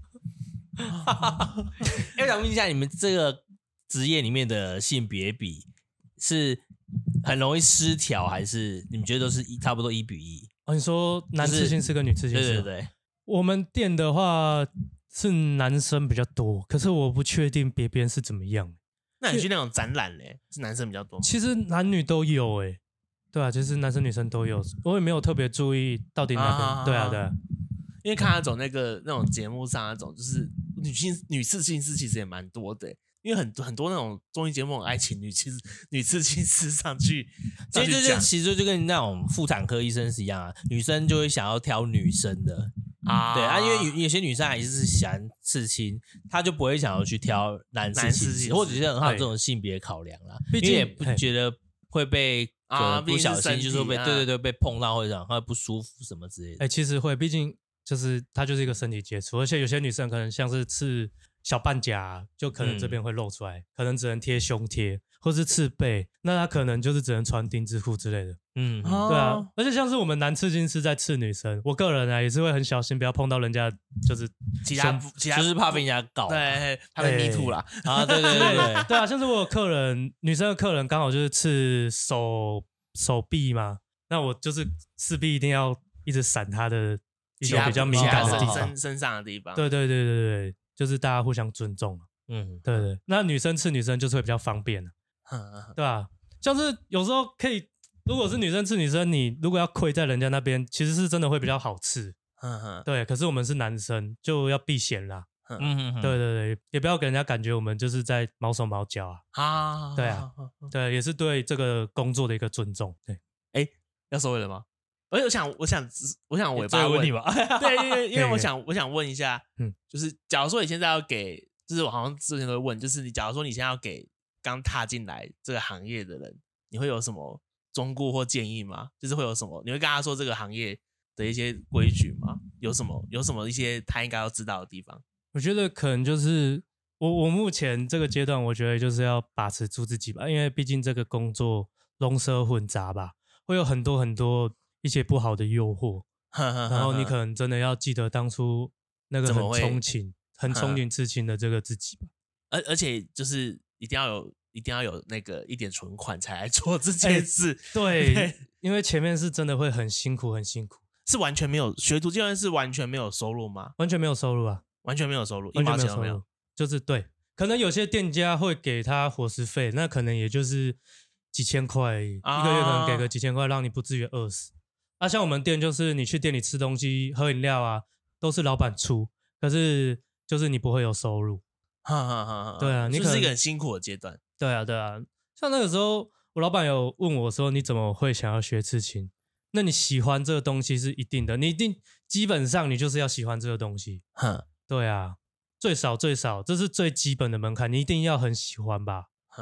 A: 哎，我想问一下，你们这个职业里面的性别比是很容易失调，还是你们觉得都是一差不多一比一？
C: 哦，你说男刺青师跟女刺青师？
A: 对对对，
C: 我们店的话是男生比较多，可是我不确定别边是怎么样。
B: 那你去那种展览嘞，是男生比较多吗？
C: 其实男女都有诶、对啊，其实男生女生都有，我也没有特别注意到底哪个。
B: 啊
C: 对啊，对啊，
B: 因为看那种那个那种节目上那种，就是女性女刺青师其实也蛮多的欸，因为很多很多那种综艺节目很爱请女其实女刺青师上去，
A: 其实就
B: 上去讲
A: 其实就跟那种妇产科医生是一样啊，女生就会想要挑女生的。
B: 啊，
A: 对啊，因为有有些女生还是喜欢刺青，她就不会想要去挑男刺青师，
B: 男刺青师
A: 或者是很好这种性别考量啦。
C: 毕竟
A: 因为也不
C: 嘿
A: 觉得会被
B: 啊
A: 就不小心就是会被
B: 毕竟是身体啊
A: 对对对被碰到或者这样会不舒服什么之类的。
C: 哎、其实会，毕竟就是它就是一个身体接触，而且有些女生可能像是刺小半甲，就可能这边会露出来，可能只能贴胸贴，或是刺背，那她可能就是只能穿丁字裤之类的。
A: 嗯，
B: 哦
C: 对啊，而且像是我们男刺青师在刺女生，我个人啊也是会很小心，不要碰到人家就是
B: 其他其他
A: 就是怕被人家搞啊。
B: 对，他被迷途啦，
A: 啊，对对对对，
C: 对啊，像是我有客人，女生的客人刚好就是刺手手臂嘛，那我就是势必一定要一直闪她的一
B: 其他
C: 些比较敏感的地方
B: 其他身身。身上的地方，
C: 对对对对对，就是大家互相尊重。
A: 嗯，
C: 对对，那女生刺女生就是会比较方便，
B: 哼，
C: 对吧？像是有时候可以，如果是女生刺女生，你如果要跪在人家那边，其实是真的会比较好刺。
B: 哼哼，
C: 对，可是我们是男生，就要避嫌啦。
A: 嗯嗯，
C: 对对对，也不要给人家感觉我们就是在毛手毛脚啊。
B: 啊，
C: 对啊，对，也是对这个工作的一个尊重。对，
B: 要收尾了吗？而且我想，我想，我想尾巴问
A: 追问你吧。
B: 对，因为因为
C: 嘿
B: 我想，我想问一下，
C: 嗯
B: 嗯，就是假如说你现在要给，就是我好像之前都会问，就是你假如说你现在要给刚踏进来这个行业的人，你会有什么忠告或建议吗？就是会有什么，你会跟他说这个行业的一些规矩吗？有什么有什么一些他应该要知道的地方？
C: 我觉得可能就是我我目前这个阶段，我觉得就是要把持住自己吧，因为毕竟这个工作龙蛇混杂吧，会有很多很多一些不好的诱惑，然
B: 然
C: 后你可能真的要记得当初那个很
B: 怎么会
C: 憧憬、很憧憬刺青的这个自己吧。
B: 而而且就是一定要有一定要有那个一点存款才来做这件事，
C: 对，
B: 对
C: 因为前面是真的会很辛苦，很辛苦，
B: 是完全没有学徒阶段是完全没有收入吗？
C: 完全没有收入啊，
B: 完全没有收入，一
C: 完全
B: 毛钱都没有
C: 没有收入。，就是对，可能有些店家会给他伙食费，那可能也就是几千块而已，
B: 啊
C: 一个月可能给个几千块，让你不至于饿死。啊，像我们店就是你去店里吃东西、喝饮料啊，都是老板出，可是就是你不会有收入。
B: 哈哈哈哈，
C: 对啊你可能
B: 就是一个很辛苦的阶段。
C: 对啊，对啊，像那个时候，我老板有问我说：“你怎么会想要学刺青？那你喜欢这个东西是一定的，你一定基本上你就是要喜欢这个东西。
B: 哼
C: 对啊，最少最少，这是最基本的门槛，你一定要很喜欢吧？
B: 哼，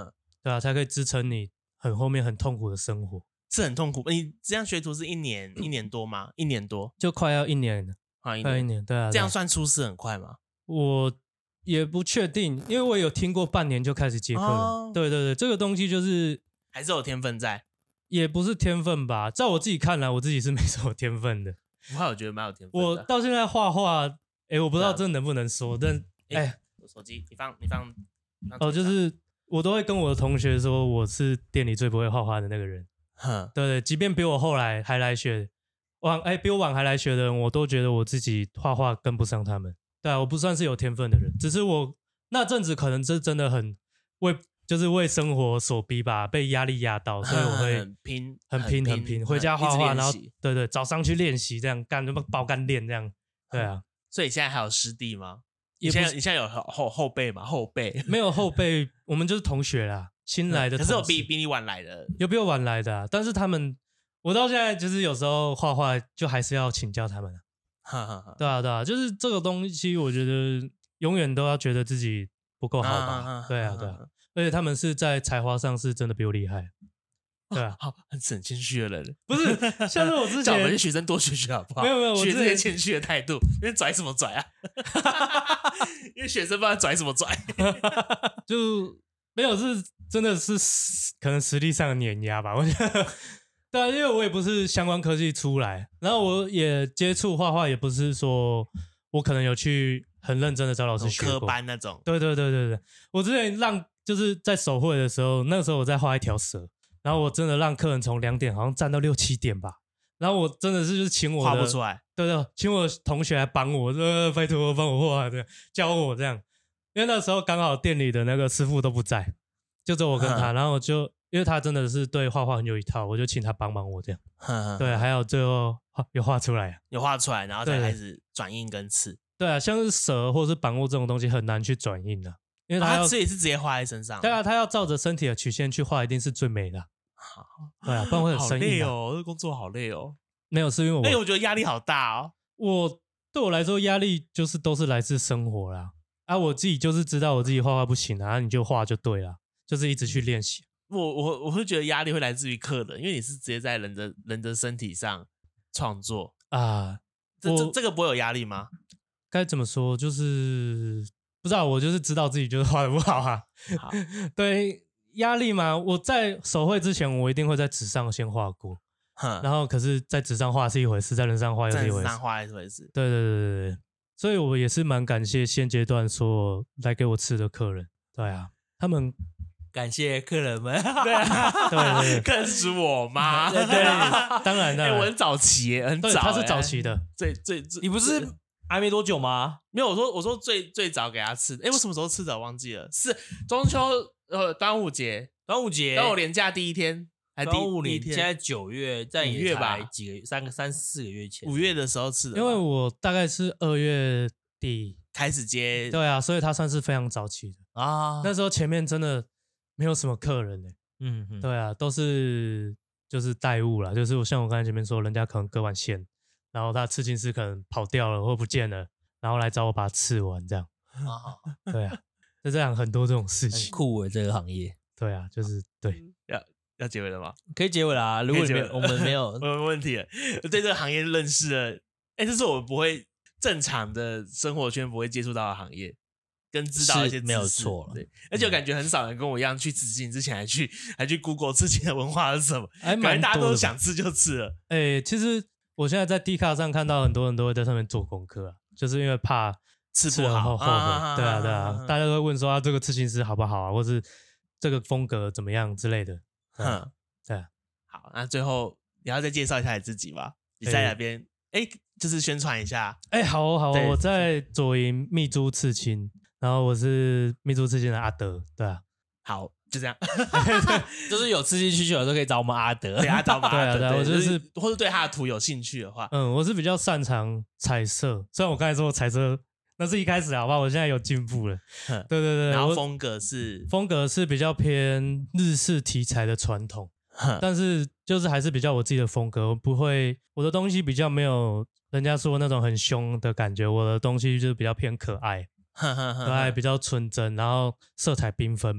C: 对啊，才可以支撑你很后面很痛苦的生活。
B: 是很痛苦。你这样学徒是一年一年多吗？一年多，
C: 就快要一年了，
B: 快一
C: 快一年，对啊，
B: 这样算出师很快吗？
C: 我也不确定，因为我有听过半年就开始接客人。哦、对对对，这个东西就是
B: 还是有天分在，
C: 也不是天分吧？在我自己看来，我自己是没什么天分的。
B: 不过我觉得蛮有天分的。
C: 我到现在画画，哎，我不知道这能不能说，但哎，
B: 我手机你放你放，你放
C: 哦，就是我都会跟我的同学说，我是店里最不会画画的那个人。对对，即便比我后来还来学晚，哎，比我晚还来学的人，我都觉得我自己画画跟不上他们。对啊，我不算是有天分的人，只是我那阵子可能是真的很为，就是为生活所逼吧，被压力压到，所以我会
B: 很拼，
C: 很拼，很拼，回家画画，然后对对，早上去练习，这样干什么爆干练这样。对啊，
B: 所以现在还有师弟吗？你现在你现在有后后辈吗？后辈
C: 没有后辈，我们就是同学啦。新来的，
B: 可是有比比你晚来的，
C: 有比我晚来的、啊，但是他们，我到现在就是有时候画画就还是要请教他们、啊，对啊对啊，就是这个东西，我觉得永远都要觉得自己不够好吧，对啊对啊，而且他们是在才华上是真的比我厉害，对啊，
B: 好很很谦虚的人，
C: 不是像是我之前
B: 叫我们学生多学学好不好？
C: 没有没有，
B: 学这些谦虚的态度，因为拽什么拽啊？因为学生不知道拽什么拽，
C: 就没有是。真的是可能实力上的碾压吧，我觉得。对啊，因为我也不是相关科技出来，然后我也接触画画，也不是说我可能有去很认真的找老师学过
B: 科班那种。
C: 对对对对对，我之前让就是在手绘的时候，那个时候我在画一条蛇，然后我真的让客人从两点好像站到六七点吧，然后我真的是就是请我的
B: 画不出来，
C: 对对，请我的同学来帮我，说拜托帮我画，对，教我这样，因为那时候刚好店里的那个师傅都不在。就只有我跟他，然后就因为他真的是对画画很有一套，我就请他帮忙我这样。对，还有最后有画出来，
B: 有画出来，然后再开始转印跟刺。
C: 对啊，像是蛇或是板物这种东西很难去转印的、啊，因为他要、
B: 啊、刺也是直接画在身上。
C: 对啊，他要照着身体的曲线去画，一定是最美的、啊。对啊，不然会很生硬、啊。
B: 好累哦，这工作好累哦。
C: 没有，是因为我，
B: 哎，我觉得压力好大哦。
C: 我对我来说，压力就是都是来自生活啦。啊，我自己就是知道我自己画画不行啊，你就画就对了。就是一直去练习，
B: 我我我会觉得压力会来自于客人，因为你是直接在人的人的身体上创作
C: 啊。
B: 这这这个不会有压力吗？
C: 该怎么说？就是不知道，我就是知道自己就是画的不好啊。
B: 好
C: 对，压力嘛，我在手绘之前，我一定会在纸上先画过，然后可是在纸上画是一回事，在人上画又是一回事，
B: 在人上画是一回事。
C: 对对对对对，所以我也是蛮感谢现阶段所来给我吃的客人。对啊，他们。
A: 感谢客人们，
B: 对啊，
C: 对对，
B: 客人是指我吗？
C: 对，当然的、
B: 欸，我很早期耶，很早、欸，
C: 他是早期的，
B: 最最最，
A: 你不是还没多久吗？
B: 没有，我说我说最最早给他吃的，哎、欸，我什么时候吃的？我忘记了，是中秋呃端午节，
A: 端午节，
B: 端午连假第一天，还
A: 端午
B: 第一天，
A: 现在九月，在
B: 五月吧，
A: 几个月，三个三四个月前，
B: 五月的时候吃的，
C: 因为我大概是二月底
B: 开始接，
C: 对啊，所以他算是非常早期的
A: 啊，
C: 那时候前面真的。没有什么客人呢、欸，
A: 嗯嗯，
C: 对啊，都是就是代物啦，就是我像我刚才前面说，人家可能割完线，然后他刺青师可能跑掉了或不见了，然后来找我把它刺完这样，啊，对啊，就这样很多这种事情，
A: 很酷诶，这个行业，
C: 对啊，就是对，
B: 要要结尾了吗？
A: 可以结尾啦，如果你我们没有
B: 没有问题了，我对这个行业认识了，哎、欸，这是我不会正常的生活圈不会接触到的行业。跟知道一些知识
A: 没有错，
B: 对，而且我感觉很少人跟我一样去刺青之前还去还去 Google 刺青的文化是什么，
C: 还
B: 蛮大家都想刺就刺了。
C: 哎、欸，其实我现在在 D 卡上看到很多人都会在上面做功课啊，就是因为怕
B: 刺不好
C: 后后悔，啊对啊对啊，大家都会问说啊这个刺青师好不好啊，或是这个风格怎么样之类的。嗯，对啊。
B: 好，那最后你要再介绍一下你自己吧，你在哪边？哎、欸欸，就是宣传一下。
C: 哎、欸，好哦好哦，我在左营密珠刺青。然后我是密珠刺青的阿德，对啊，
B: 好，就这样，
A: 就是有刺青需求的都可以找我们阿德，
B: 对啊，找我们阿德，
C: 对啊，对啊，我就是，
B: 或者对他的图有兴趣的话，
C: 嗯，我是比较擅长彩色，虽然我刚才说彩色那是一开始好吧，我现在有进步了，对对对，
B: 然后风格是
C: 风格是比较偏日式题材的传统，但是就是还是比较我自己的风格，我不会，我的东西比较没有人家说那种很凶的感觉，我的东西就是比较偏可爱。可爱比较纯真，然后色彩缤纷吧。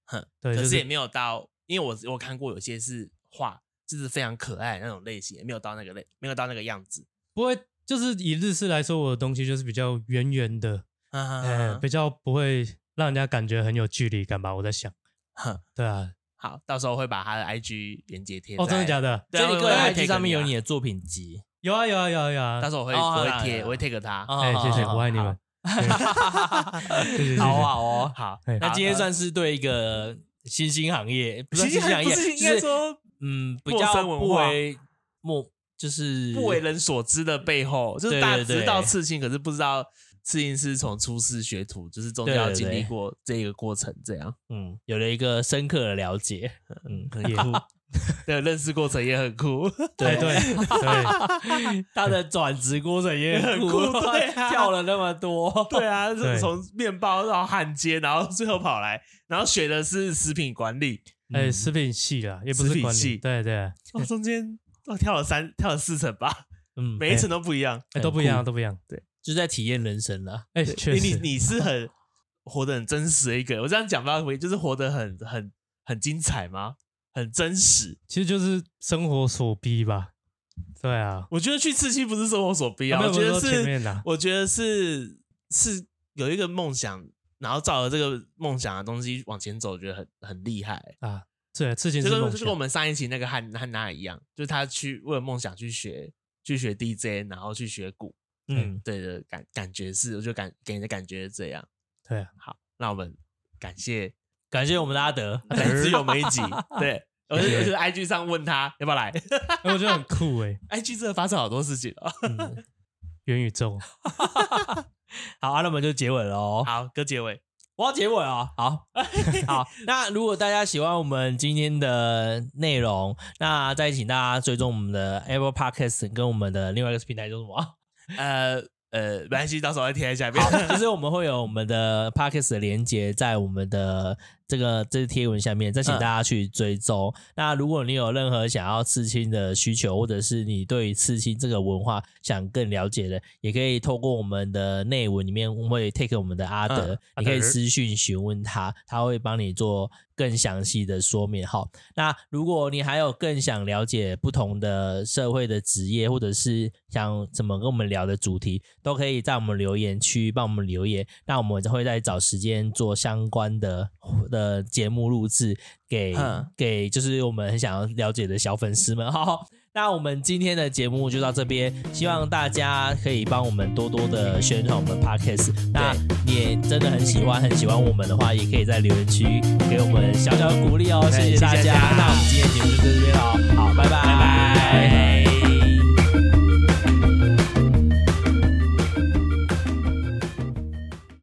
C: 对，
B: 可
C: 就是
B: 也没有到，因为我我看过有些是画，就是非常可爱的那种类型，也没有到那个类，没有到那个样子。
C: 不会，就是以日式来说，我的东西就是比较圆圆的，哎、
B: 啊
C: 比较不会让人家感觉很有距离感吧。我在想，对啊，
B: 好，到时候会把他的 I G 连接贴在。
C: 哦，真的假的？
B: 对啊？
A: 所以你个人
B: 我会
A: I G
B: tag
A: 上面有
B: 啊
A: 你的作品集，
C: 有啊有啊有啊有啊。
B: 到时候我会
A: 哦
B: 我会贴，
A: 好啦好啦
B: 我会 tag 他。
C: 哎、谢谢，我爱你们。谢谢谢谢
A: 好好哦，
B: 好，
C: 哎
A: 那今天算是对一个新兴行业，不是
B: 新兴
A: 新兴行业，
B: 不是应
A: 就是
B: 该说
A: 嗯，比
B: 陌
A: 较
B: 生文化
A: 不为陌，就是
B: 不为人所知的背后，就是大家
A: 对对对
B: 知道刺青，可是不知道刺青师从出师学徒，就是中间要
A: 对对对
B: 经历过这个过程，这样
A: 嗯，有了一个深刻的了解，嗯，
B: 很酷。对，认识过程也很酷。
C: 对对对，
A: 他的转职过程也很酷，
B: 很酷对啊
A: 跳了那么多，
B: 对啊，
C: 对
B: 是从面包到焊接，然后最后跑来，然后学的是食品管理，
C: 哎、食品系啦，也不是管理，
B: 食品系
C: 对对，
B: 哦，中间哦跳了三跳了四层吧，
A: 嗯，
B: 每一层都不一样。
C: 哎、都不一样，
A: 很酷
C: 都不一样。
A: 就在体验人生了。
C: 哎、
B: 对
C: 确实，
B: 你你你是很活得很真实的一个人，我这样讲吧，就是活得很很很精彩吗？很真实。
C: 其实就是生活所逼吧。对啊，
B: 我觉得去刺青不是生活所逼啊，
C: 啊没有
B: 我觉得
C: 我说前面
B: 是
C: 的啊，
B: 我觉得是是有一个梦想，然后照着这个梦想的东西往前走，我觉得很很厉害。
C: 啊，对，刺青
B: 就是跟
C: 梦想。
B: 就跟我们上一期那个汉汉娜一样，就是他去为了梦想去学去学 D J， 然后去学鼓，
A: 嗯，
B: 对的感感觉是，我就感给你的感觉是这样。
C: 对啊，
B: 好，那我们感谢
A: 感谢我们的阿德，
B: 来自于我们一集，对，我就我就 I G 上问他要不要来
C: 哎我觉得很酷哎、
B: ，I G 真的发生好多事情哦。
A: 嗯
C: 元宇宙。
A: 好，啊那我们就结尾了哦。
B: 好，搁结尾，
A: 我要结尾哦。好，好。那如果大家喜欢我们今天的内容，那再请大家追踪我们的 Apple Podcast 跟我们的另外一个平台叫什么？
B: 呃呃，没关系，到时候再贴在下面。
A: 好，就是我们会有我们的 Podcast 的连接在我们的这个这个贴文下面，再请大家去追踪。嗯、那如果你有任何想要刺青的需求，或者是你对于刺青这个文化想更了解的，也可以透过我们的内文里面会 take 我们的阿德，
B: 嗯、
A: 你可以私讯询问他，他会帮你做更详细的说明。好，那如果你还有更想了解不同的社会的职业，或者是想怎么跟我们聊的主题，都可以在我们留言区帮我们留言，那我们会再找时间做相关的的节目录制给、嗯、给就是我们很想要了解的小粉丝们。好，那我们今天的节目就到这边，希望大家可以帮我们多多的宣传我们 Podcast。那你也真的很喜欢很喜欢我们的话，也可以在留言区给我们小小的鼓励哦，谢谢大家。
B: 谢谢大家，
A: 那我们今天的节目就到这边喽，好，拜拜，
B: 拜拜。